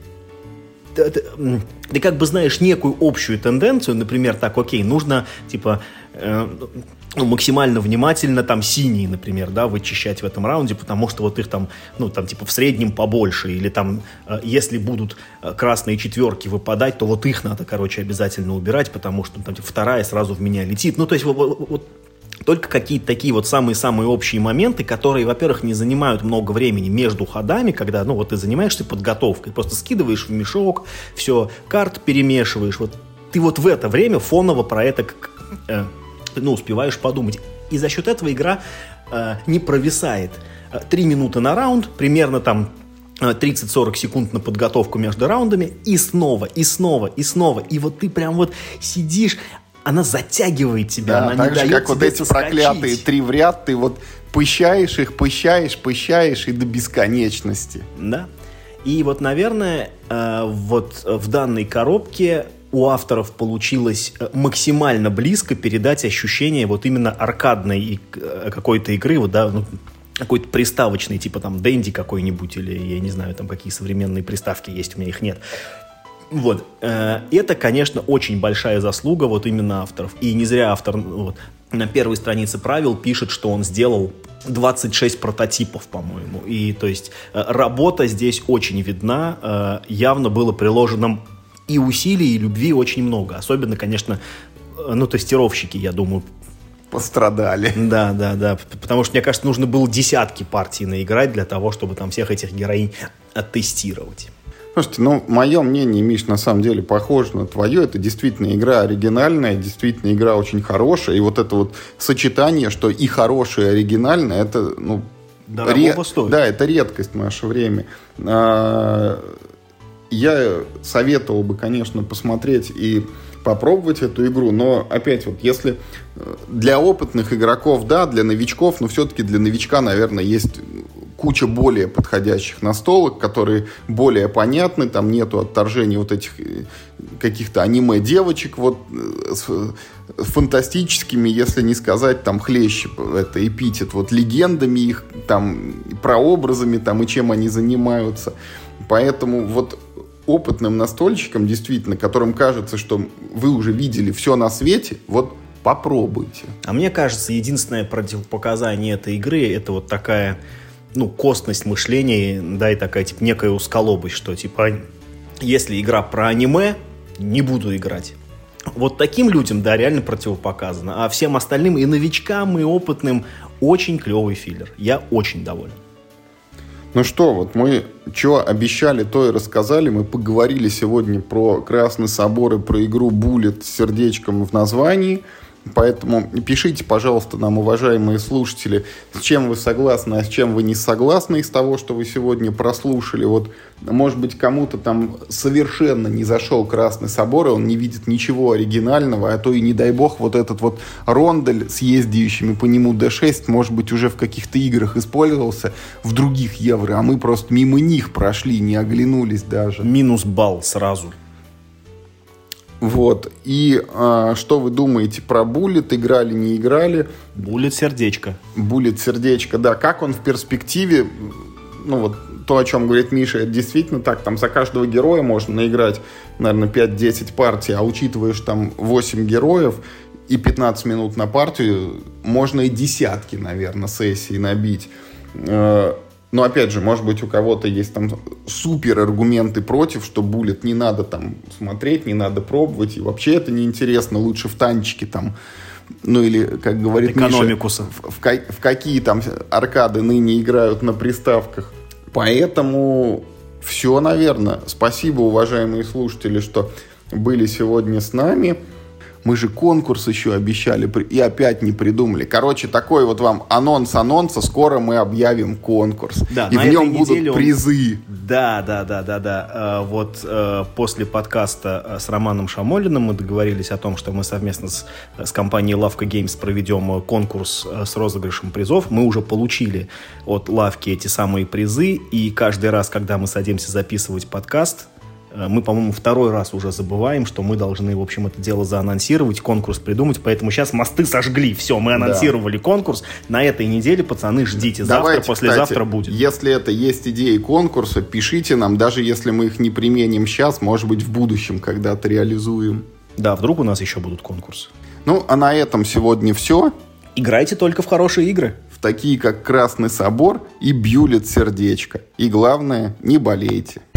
Speaker 2: ты, ты, ты как бы знаешь некую общую тенденцию, например, так, окей, нужно, типа, э, ну, максимально внимательно там синие, например, да, вычищать в этом раунде, потому что вот их там, ну, там, типа, в среднем побольше, или там, э, если будут э, красные четверки выпадать, то вот их надо, короче, обязательно убирать, потому что там, типа, вторая сразу в меня летит. Ну, то есть, вот, вот, вот только какие-то такие вот самые-самые общие моменты, которые, во-первых, не занимают много времени между ходами, когда, ну, вот ты занимаешься подготовкой, просто скидываешь в мешок, все, карт перемешиваешь, вот ты вот в это время фоново про это, э, ну, успеваешь подумать. И за счет этого игра э, не провисает. Три минуты на раунд, примерно там тридцать-сорок секунд на подготовку между раундами, и снова, и снова, и снова. И вот ты прям вот сидишь, она затягивает тебя,
Speaker 1: да,
Speaker 2: она
Speaker 1: не
Speaker 2: дает тебе
Speaker 1: как вот эти
Speaker 2: соскочить.
Speaker 1: Проклятые три в ряд, ты вот пыщаешь их, пыщаешь, пыщаешь и до бесконечности.
Speaker 2: Да. И вот, наверное, э, вот в данной коробке у авторов получилось максимально близко передать ощущение вот именно аркадной какой-то игры, вот, да, ну, какой-то приставочной, типа там Dendy какой-нибудь, или я не знаю, там какие современные приставки есть, у меня их нет. Вот. Это, конечно, очень большая заслуга вот именно авторов. И не зря автор вот, на первой странице правил пишет, что он сделал двадцать шесть прототипов, по-моему. И, то есть, работа здесь очень видна. Явно было приложено и усилий, и любви очень много. Особенно, конечно, ну, тестировщики, я думаю,
Speaker 1: пострадали.
Speaker 2: Да, да, да. Потому что, мне кажется, нужно было десятки партий наиграть для того, чтобы там всех этих героинь оттестировать.
Speaker 1: Слушайте, ну, мое мнение, Миш, на самом деле похоже на твое. Это действительно игра оригинальная, действительно игра очень хорошая. И вот это вот сочетание, что и хорошее, и оригинальное, это, ну...
Speaker 2: Дорогого ре... стоит.
Speaker 1: Да, это редкость в наше время. Я советовал бы, конечно, посмотреть и попробовать эту игру, но опять вот, если для опытных игроков, да, для новичков, но все-таки для новичка, наверное, есть куча более подходящих настолок, которые более понятны, там нету отторжений вот этих каких-то аниме-девочек вот с фантастическими, если не сказать, там, хлеще, это эпитет, вот легендами их, там, прообразами, там, и чем они занимаются. Поэтому вот опытным настольщикам, действительно, которым кажется, что вы уже видели все на свете, вот попробуйте.
Speaker 2: А мне кажется, единственное противопоказание этой игры — это вот такая, ну, костность мышления, да, и такая, типа, некая узколобость, что, типа, если игра про аниме, не буду играть. Вот таким людям, да, реально противопоказано. А всем остальным, и новичкам, и опытным, очень клевый филлер. Я очень доволен.
Speaker 1: Ну что, вот мы что обещали, то и рассказали. Мы поговорили сегодня про Красный Собор и про игру Bullet с сердечком в названии. Поэтому пишите, пожалуйста, нам, уважаемые слушатели, с чем вы согласны, а с чем вы не согласны из того, что вы сегодня прослушали. Вот, может быть, кому-то там совершенно не зашел Красный Собор, и он не видит ничего оригинального, а то и, не дай бог, вот этот вот рондель с ездящими по нему дэ шесть, может быть, уже в каких-то играх использовался в других евро, а мы просто мимо них прошли, не оглянулись даже.
Speaker 2: Минус балл сразу.
Speaker 1: Вот. И а, что вы думаете про Bullet? Играли, не играли?
Speaker 2: Bullet сердечко.
Speaker 1: Bullet сердечко, да. Как он в перспективе, ну вот то, о чем говорит Миша, это действительно так. Там за каждого героя можно наиграть, наверное, пять-десять партий, а учитываешь там восемь героев и пятнадцать минут на партию, можно и десятки, наверное, сессий набить. Но, опять же, может быть, у кого-то есть там супер аргументы против, что Bullet не надо там смотреть, не надо пробовать, и вообще это неинтересно, лучше в танчике там, ну или, как говорит
Speaker 2: Экономикуса.
Speaker 1: Миша, в, в, в какие там аркады ныне играют на приставках. Поэтому все, наверное. Спасибо, уважаемые слушатели, что были сегодня с нами. Мы же конкурс еще обещали и опять не придумали. Короче, такой вот вам анонс анонса. Скоро мы объявим конкурс.
Speaker 2: Да,
Speaker 1: и в нем будут
Speaker 2: он...
Speaker 1: призы.
Speaker 2: Да, да, да, да, да. Вот после подкаста с Романом Шамолиным мы договорились о том, что мы совместно с, с компанией Лавка Games проведем конкурс с розыгрышем призов. Мы уже получили от Лавки эти самые призы. И каждый раз, когда мы садимся записывать подкаст, мы, по-моему, второй раз уже забываем, что мы должны, в общем, это дело заанонсировать, конкурс придумать. Поэтому сейчас мосты сожгли. Все, мы анонсировали да. конкурс. На этой неделе, пацаны, ждите. Завтра, Давайте, послезавтра кстати, будет.
Speaker 1: Если это есть идеи конкурса, пишите нам. Даже если мы их не применим сейчас, может быть, в будущем когда-то реализуем.
Speaker 2: Да, вдруг у нас еще будут конкурсы.
Speaker 1: Ну, а на этом сегодня все.
Speaker 2: Играйте только в хорошие игры.
Speaker 1: В такие, как Красный Собор и Bullet сердечко. И главное, не болейте.